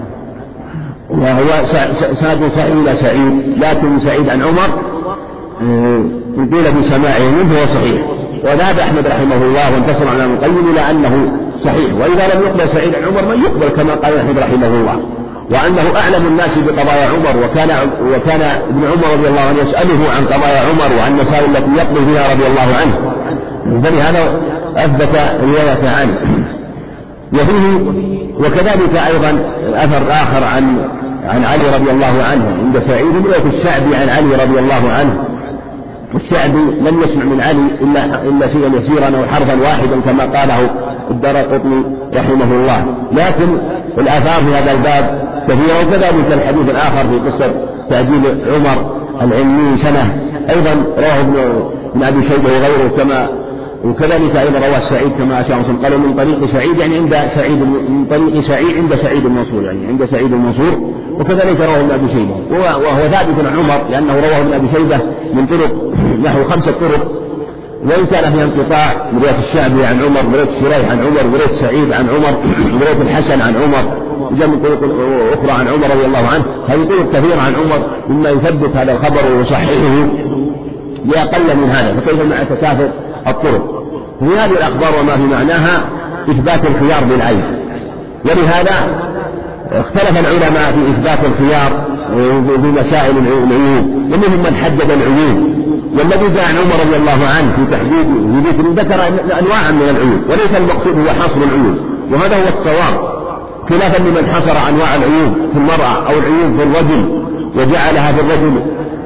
وهو سند صحيح إلى سعيد، لكن سعيد عن عمر قيل بسماعه منه هو صحيح، وذهب أحمد رحمه الله وانتصر على المقيم إلى أنه صحيح. وإذا لم يقبل سعيد عن عمر من يقبل كما قال أحمد رحمه الله، وأنه أعلم الناس بقضايا عمر، وكان وكان ابن عمر رضي الله عنه يسأله عن قضايا عمر وعن المسائل التي يقضي فيها رضي الله عنه، فلهذا أثبت رواية عنه. وفيه وكذلك أيضا أثر آخر عن عن علي رضي الله عنه عند سعيد رواية الشعبي عن علي رضي الله عنه، والشعبي لم يسمع من علي إلا إلا شيئا يسيرا أو حرفا واحدا كما قاله الدارقطني رحمه الله، لكن الآثار في هذا الباب كثيرة. وكذلك الحديث الآخر في قصة تعجيل عمر العلمي سنة أيضا رواه ابن أبي شيبة وغيره، كما وكذلك أيضا رواه سعيد كما أشار قالوا من طريق سعيد يعني عند سعيد من طريق سعيد عند سعيد المنصور يعني عند سعيد المنصور، وكذلك رواه ابن أبي شيبة وهو ثابت عن عمر لأنه رواه ابن أبي شيبة من طرق نحو خمسة طرق، وإن كان فيها انقطاع من رواية الشعبي عن عمر ورواية شريح عن عمر ورواية سعيد عن عمر ورواية الحسن عن عمر وجاء من طرق أخرى عن عمر رضي الله عنه. هذه طرق كثيرة عن عمر مما يثبت هذا الخبر ويصححه لأقل من هذا، فكيف مع تكاثر الطرق. وفي هذه الأخبار وما في معناها إثبات الخيار بالعين، ولهذا اختلف العلماء في إثبات الخيار في مسائل العيوب، ومنهم من حدد العيوب، والذي جاء عن عمر رضي الله عنه في تحديد في ذكر ذكر أنواعا من العيوب، وليس المقصود هو حصر العيوب، وهذا هو الصواب، خلافا لمن حصر أنواع العيوب في المرأة أو العيوب في الرجل وجعلها في الرجل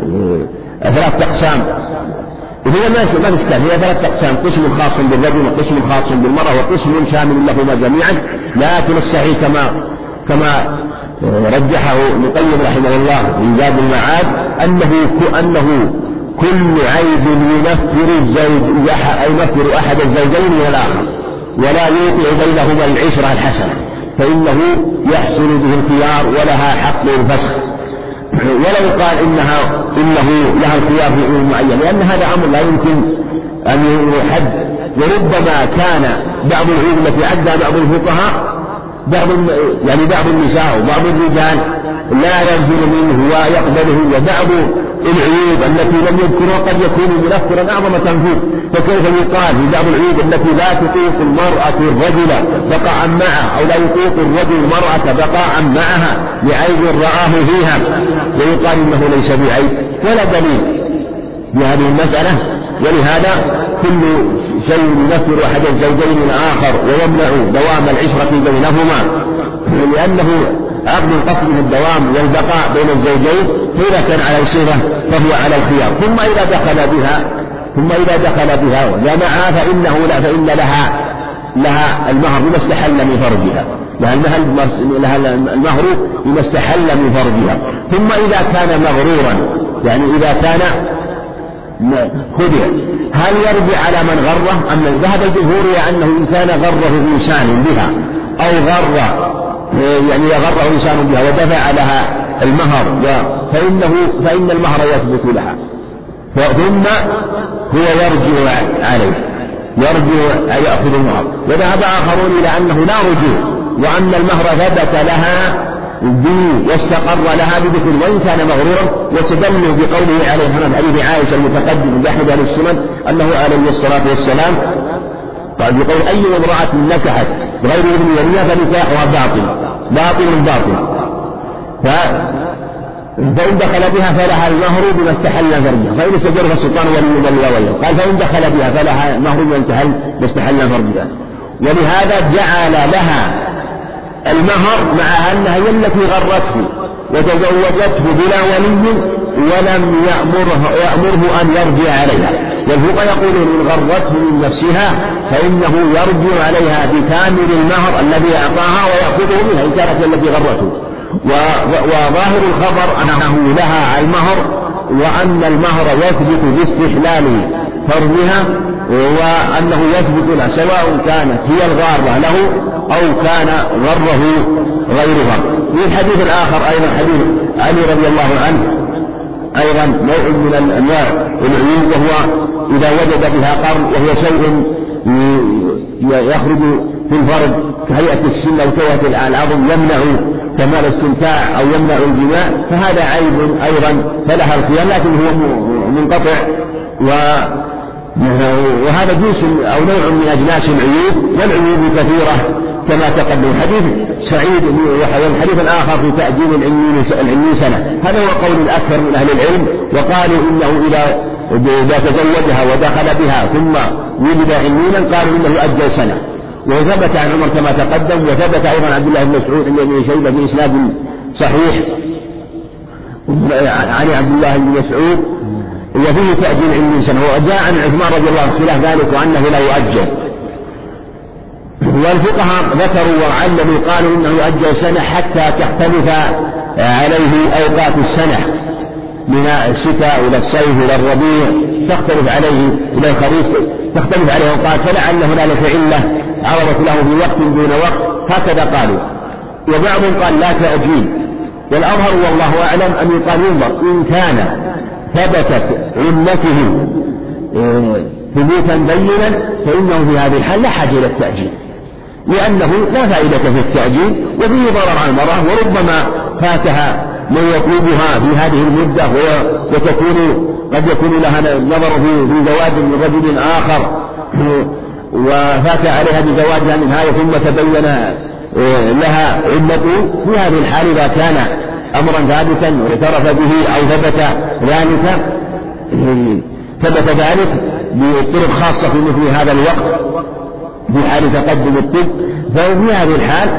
ثلاث أقسام. وهي ما ما تشكل، هي ثلاث أقسام، قسم خاص بالرجل وقسم خاص بالمرأة وقسم شامل لهما جميعا، لكن الصحيح كما كما رجحه ابن القيم رحمه الله في زاد المعاد أنه أنه كل عيب ينفر الزوج أو ينفر أحد الزوجين من الآخر ولا يوقع بينهما العشرة الحسنة، فإنه يحصل به الخيار ولها حق الفسخ، ولو قال إنها إنه لها الخيار في أمور معينة، لأن هذا أمر لا يمكن أن يحد. وربما كان بعض العيوب التي عدها بعض الفقهاء بعض يعني بعض النساء وبعض الرجال لا ينزل منه ويقبله، وبعض العيوب التي لم يذكرها قد يكون منفرا أعظم تنفيذ، فكيف يقال في بعض العيوب التي لا تطيق المرأة الرجل بقاء معه أو لا يطيق الرجل المرأة بقاء معها لعيب رآه فيها ويقال إنه ليس بعيب، ولا دليل في هذه المسألة. ولهذا كل شيء ينفر أحد الزوجين الآخر ويمنع دوام العشرة بينهما، لأنه عقد القصد من الدوام والبقاء بين الزوجين فإذا كان على الصفة فهو على الخيار، ثم إذا دخل بها ثم إذا دخل بها وجمعها فإنه لا فإن لها لها المهر بما استحل من فرجها، لها المهر بما استحل من فرجها. ثم إذا كان مغرورا يعني إذا كان خدع هل يرجع على من غره أم ذهب الجمهور إلى أنه إن كان غره إنسان بها أو غر يعني غره إنسان بها ودفع لها المهر فإنه فإن المهر يثبت لها، ثم هو يرجع عليه يرجع يأخذ المهر. وذهب آخرون إلى أنه لا رجوع وأن المهر ثبت لها واستقر لها بذكر وإن كان مغرورا، واستدلوا بقوله عليه الصلاة حديث عائشة المتقدم بأحمد أهل السنن أنه عليه الصلاة والسلام قال بقول أي امرأة نكحت بغير إذن وليها فنكاحها باطل باطل باطل فإن دخل بها فلها المهر بما استحل فرجها، فإن استجر فالسلطان ولي ولي قال فإن دخل بها فلها مهر بما استحل فرجها. ولهذا جعل لها المهر مع أنها هي التي غرته وتزوجته بلا ولي ولم يأمره, يأمره أن يرجع عليها. والفقهاء يقولون إن غرته من نفسها فإنه يرجع عليها بكامل المهر الذي أعطاها ويأخذه منها إن كانت التي غرته. وظاهر الخبر أنه لها المهر وأن المهر يثبت باستحلال فرضها وأنه يثبت لها سواء كانت هي الغارة له أو كان غره غيرها. في الحديث الآخر أيضا حديث علي رضي الله عنه أيضا نوع من الأنواع العيوب، وهو إذا وجد بها قرن وهو شيء يخرج في الفرج كهيئة السن أو توهة العظم يمنع كمال الاستمتاع أو يمنع الجماع فهذا عيب أيضا فلها الخيار، لكن هو منقطع و وهذا جنس أو نوع من أجناس العيوب، والعيوب كثيرة كما تقدم. حديث سعيد والحديث الآخر في تأجيل العلمي سنة، هذا هو قول الأكثر من أهل العلم، وقالوا إنه إذا إذا تزوجها ودخل بها ثم ولد علمينا قالوا إنه أجل سنة. وثبت عن عمر كما تقدم، وثبت أيضا عن عبد الله بن مسعود عند ابن شيبة بإسناد صحيح عن عبد الله بن مسعود وفيه تأجيل علم سنة. وجاء عن عثمان رضي الله عنه خلاف ذلك وأنه لا يؤجل، والفقهاء ذكروا وعلموا قالوا إنه يؤجل سنة حتى تختلف عليه أوقات السنة من الشتاء إلى الصيف إلى الربيع، تختلف عليه إلى الخريف تختلف عليه أوقات، فلعل هنالك علة عرضت له في وقت دون وقت، هكذا قالوا. وبعضهم قال لا تأجيل، والأظهر والله أعلم أن يقال ينظر إن كان ثبتت علته ثبوتا بينا فإنه في هذه الحال لا حاجة إلى التأجيل، لأنه لا فائدة في التأجيل وفيه ضرر على المرأة، وربما فاتها من يطلبها في هذه المدة وتكون قد يكون لها نظر في زواج من رجل آخر وفات عليها بزواجها من هذا ثم تبين لها علته. في هذه الحال إذا كان أمرا ثابتا واعترف به أو ثبت ذلك ثبت ذلك بطرق خاصة في مثل هذا الوقت في حال تقدم الطب، ففي هذه الحال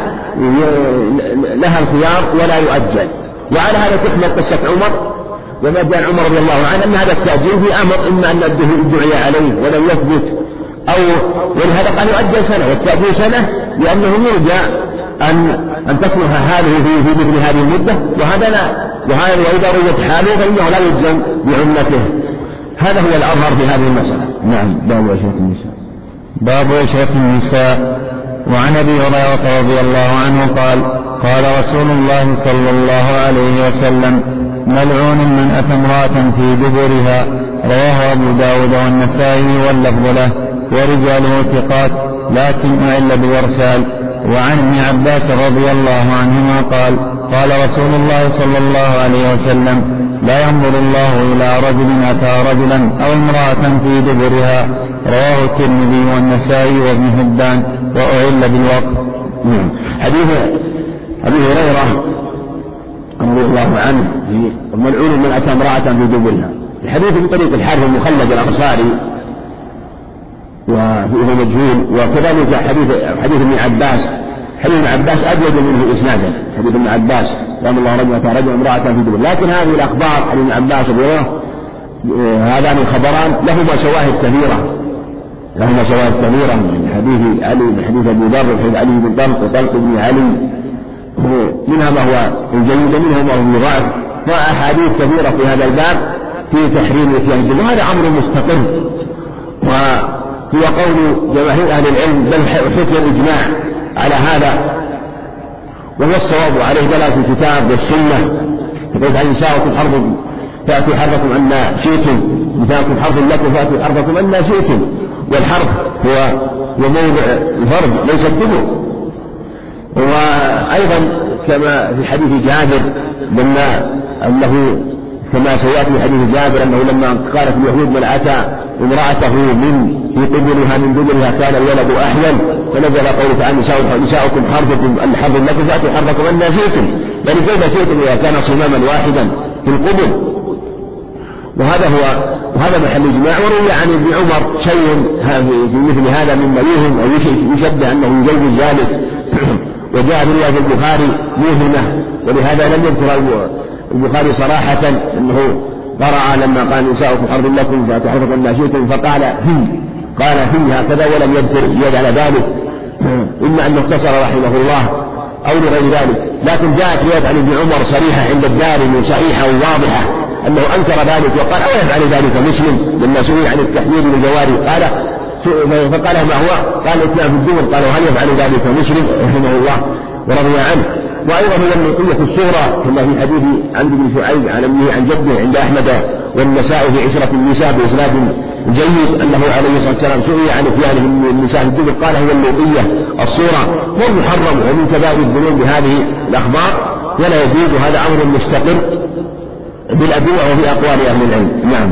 لها الخيار ولا يؤجل. وعلى هذا تحمل قصة عمر وما جاء عمر رضي الله عنه أن هذا التأجيل في أمر إما أن الدعاء عليه ولم يثبت أو ولهذا قال يؤجل سنة، والتأجيل سنة لأنه يرجى أن أن تصلح هذه في في مثل هذه المدة، وهذا لا وهذا وإذا رجت حاله فإنه لا يلزم بعملته. هذا هو الأظهر في هذه المسألة. نعم. باب عشرة النساء. باب عشرة النساء. وعن أبي هريرة رضي الله عنه قال قال رسول الله صلى الله عليه وسلم ملعون من أتى امرأة في دبرها. رواه أبو داود والنسائي واللفظ له ورجاله ثقات لكن أعل بالإرسال. وعن ابن عباس رضي الله عنهما قال قال رسول الله صلى الله عليه وسلم لا ينظر الله إلى رجل أتى رجلا أو امرأة في دبرها. رواه الترمذي والنسائي وابن حبان وأعل بالوقت. حديث أبي هريرة رضي الله عنه ملعون من أتى امرأة في دبرها. الحديث من طريق الحارث المخلد الأنصاري وهو مجهول، وكذلك حديث حديث ابن عباس حديث ابن عباس أجود منه إسنادا. حديث ابن عباس قال الله رجل أتى رجل امرأة في دبر، لكن هذه الأخبار حديث ابن عباس هذان الخبران لهما شواهد كثيرة لهما شواهد كثيرة من حديث علي من حديث أبي ذر وحديث علي بن طلق وطلق بن علي، منها ما هو الجيد ومنها ما هو ضعف، فأحاديث كثيرة في هذا الباب في تحريم إتيان الدم، وهذا أمر مستقر وهو قول جماهير أهل العلم بل حكي الإجماع على هذا، وهو الصواب عليه دلالة الكتاب والسنة. فقلت عن نساءكم حرب فأتوا حربكم أن شئتم، نساءكم حرب لكم فأتوا حربكم أن شئتم، والحرب هو وموضع الفرد ليس الدبر. وأيضا كما في حديث جابر لما أنه كما سيأتي في حديث جابر أنه لما قالت اليهود من أتى امرأته من في قبلها من دبرها كان الولد أحيا، فنزل قوله تعالى نساؤكم حرثكم الحرث لكم فأتوا حرثكم أن شئتم، يعني كيف شئتم إذا كان صماما واحدا في القبل. وهذا هو وهذا محل إجماع. وروي عن ابن عمر شيء في مثل هذا مما يوهم أو يشبه أنه يجوز ذلك، وجاء في رواية البخاري موهمة، ولهذا لم يذكر البخاري صراحة أنه قرأ لما قال نساؤكم حرث لكم فأتوا حرثكم أن شئتم فقال هي قال هي هكذا ولم يذكر زيادة على ذلك، إما أنه اختصر رحمه الله أو لغير ذلك. لكن جاءت رواية عن ابن عمر صريحة عند الدارمي صحيحة وواضحة أنه أنكر ذلك وقال أو يفعل ذلك مسلم لما سئل عن التحليل للجواري قال فقال ما هو قال اتيان في الدبر، قالوا هل يفعل ذلك مسلم رحمه الله ورضي عنه. وأيضا هي اللقية الصغرى كما في حديث عمرو بن شعيب عن أبيه عن جده عند أحمد والنساء في عشرة النساء بإسناد جيد أنه عليه الصلاة والسلام سئل عن اتيان النساء في الدبر قال هي اللقية الصغرى والمحرم ومن كبائر الذنوب بهذه الأخبار ولا يجوز، هذا أمر مستقر بالأدلة وفي أقوال أهل العلم. نعم.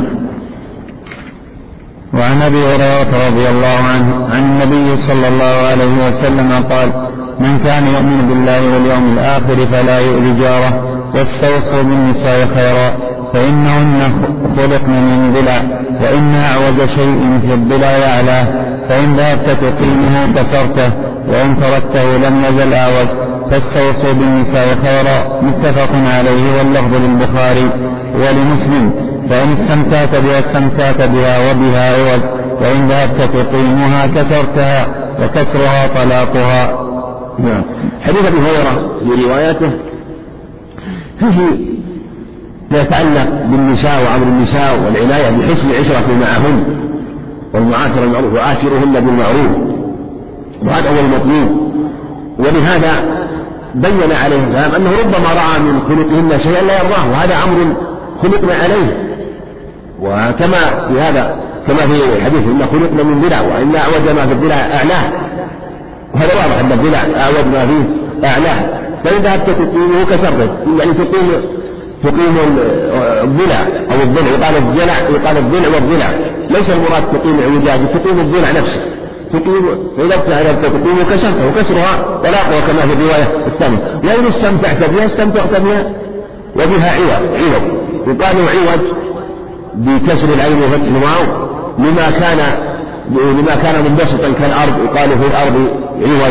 وعن أبي هريرة رضي الله عنه عن النبي صلى الله عليه وسلم قال من كان يؤمن بالله واليوم الآخر فلا يؤذي جاره واستوصوا بالنساء خيرا فإنهن خلقن من ضلع وإن أعوج شيء في الضلع يعلاه فإن ذهبت تقيمه كسرته وإن تركته لم يزل أعوج فاستوصوا بالنساء خيرا. متفق عليه واللفظ للبخاري ولمسلم. فإن استمتعت بها استمتعت بها وبها عوض، وإن ذهبت تقيمها كسرتها وكسرها طلاقها. نعم. حديث أبي هريرة في رواياته فيه ما يتعلق بالنساء وأمر النساء والعناية بحسن العشرة معهن والمعاشرة بالمعروف وعاشرهن بالمعروف، وهذا هو المطلوب. ولهذا بين عليه السلام أنه ربما رأى من خلقهن شيئا لا يرضاه، وهذا أمر خلقنا عليه. وكما في هذا كما في الحديث إن خلقنا من ضلع وإن أعوج ما في الضلع أعلاه، وهذا واضح أن الضلع أعوج ما فيه أعلاه. فإن ذهبت تقيمه كسرته، يعني تقيم تقيم الضلع أو الضلع، يقال الضلع يقال الضلع والضلع، ليس المراد تقيم العوجاج، تقيم الضلع نفسه، تقيم إذا ذهبت تقيم كسرته وكسرها طلاقها كما في الرواية الثانية. وإن استمتعت بها استمتعت بها وبها عوض عوض يقال عوض بكسر العين وفتح الواو لما كان لما كان منبسطا كالأرض، يقال في الأرض عوج،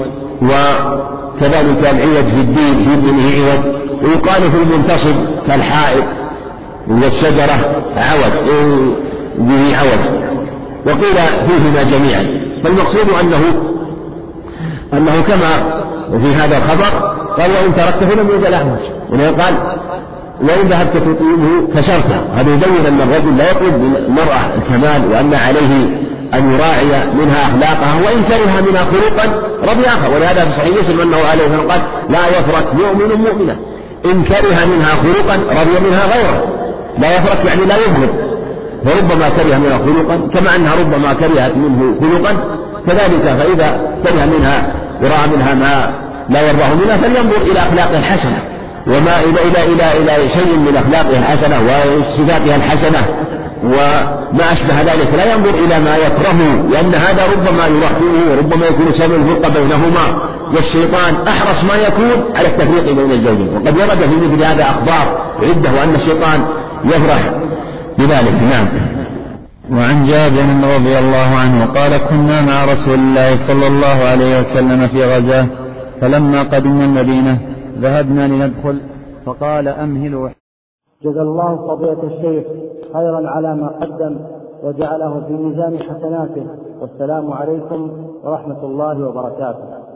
وكذلك العوج في الدين في دينه عوج، ويقال في المنتصب كالحائط والشجرة عوج به عوج، وقيل فيهما جميعا. فالمقصود أنه أنه كما في هذا الخبر قال وإن تركته لم يزل أعوج، قال وإن ذهبت تقيمه كسرته. هذا يبين أن الرجل لا يطلب من المرأة الكمال، وأن عليه أن يراعي منها أخلاقها، وإن كره منها خلقا رضي آخر. ولهذا في صحيح مسلم أنه عليه الصلاة قال لا يفرق مؤمن مؤمنة إن كره منها خلقا رضي منها غيره. لا يفرق يعني لا يبغض، فربما كره منها خلقا كما أنها ربما كرهت منه خلقا كذلك. فإذا كره منها ورأى منها ما لا يرضاه منها فلينظر إلى أخلاقها الحسنة، وما إلى إلى إلى إلى شيء من أخلاقها الحسنة وصفاتها الحسنة وما أشبه ذلك، لا ينظر إلى ما يكرهه، لأن هذا ربما يرحمه وربما يكون سبب الفرقة بينهما. والشيطان أحرص ما يكون على التفريق بين الزوجين، وقد ورد في مثل هذا أخبار عدة وأن الشيطان يفرح بذلك. نعم. وعن جابر رضي الله عنه قال كنا مع رسول الله صلى الله عليه وسلم في غزاه، فلما قدمنا المدينة ذهبنا لندخل فقال أمهلوا. جزا الله فضيلة الشيخ خيرا على ما قدم وجعله في ميزان حسناته، والسلام عليكم ورحمة الله وبركاته.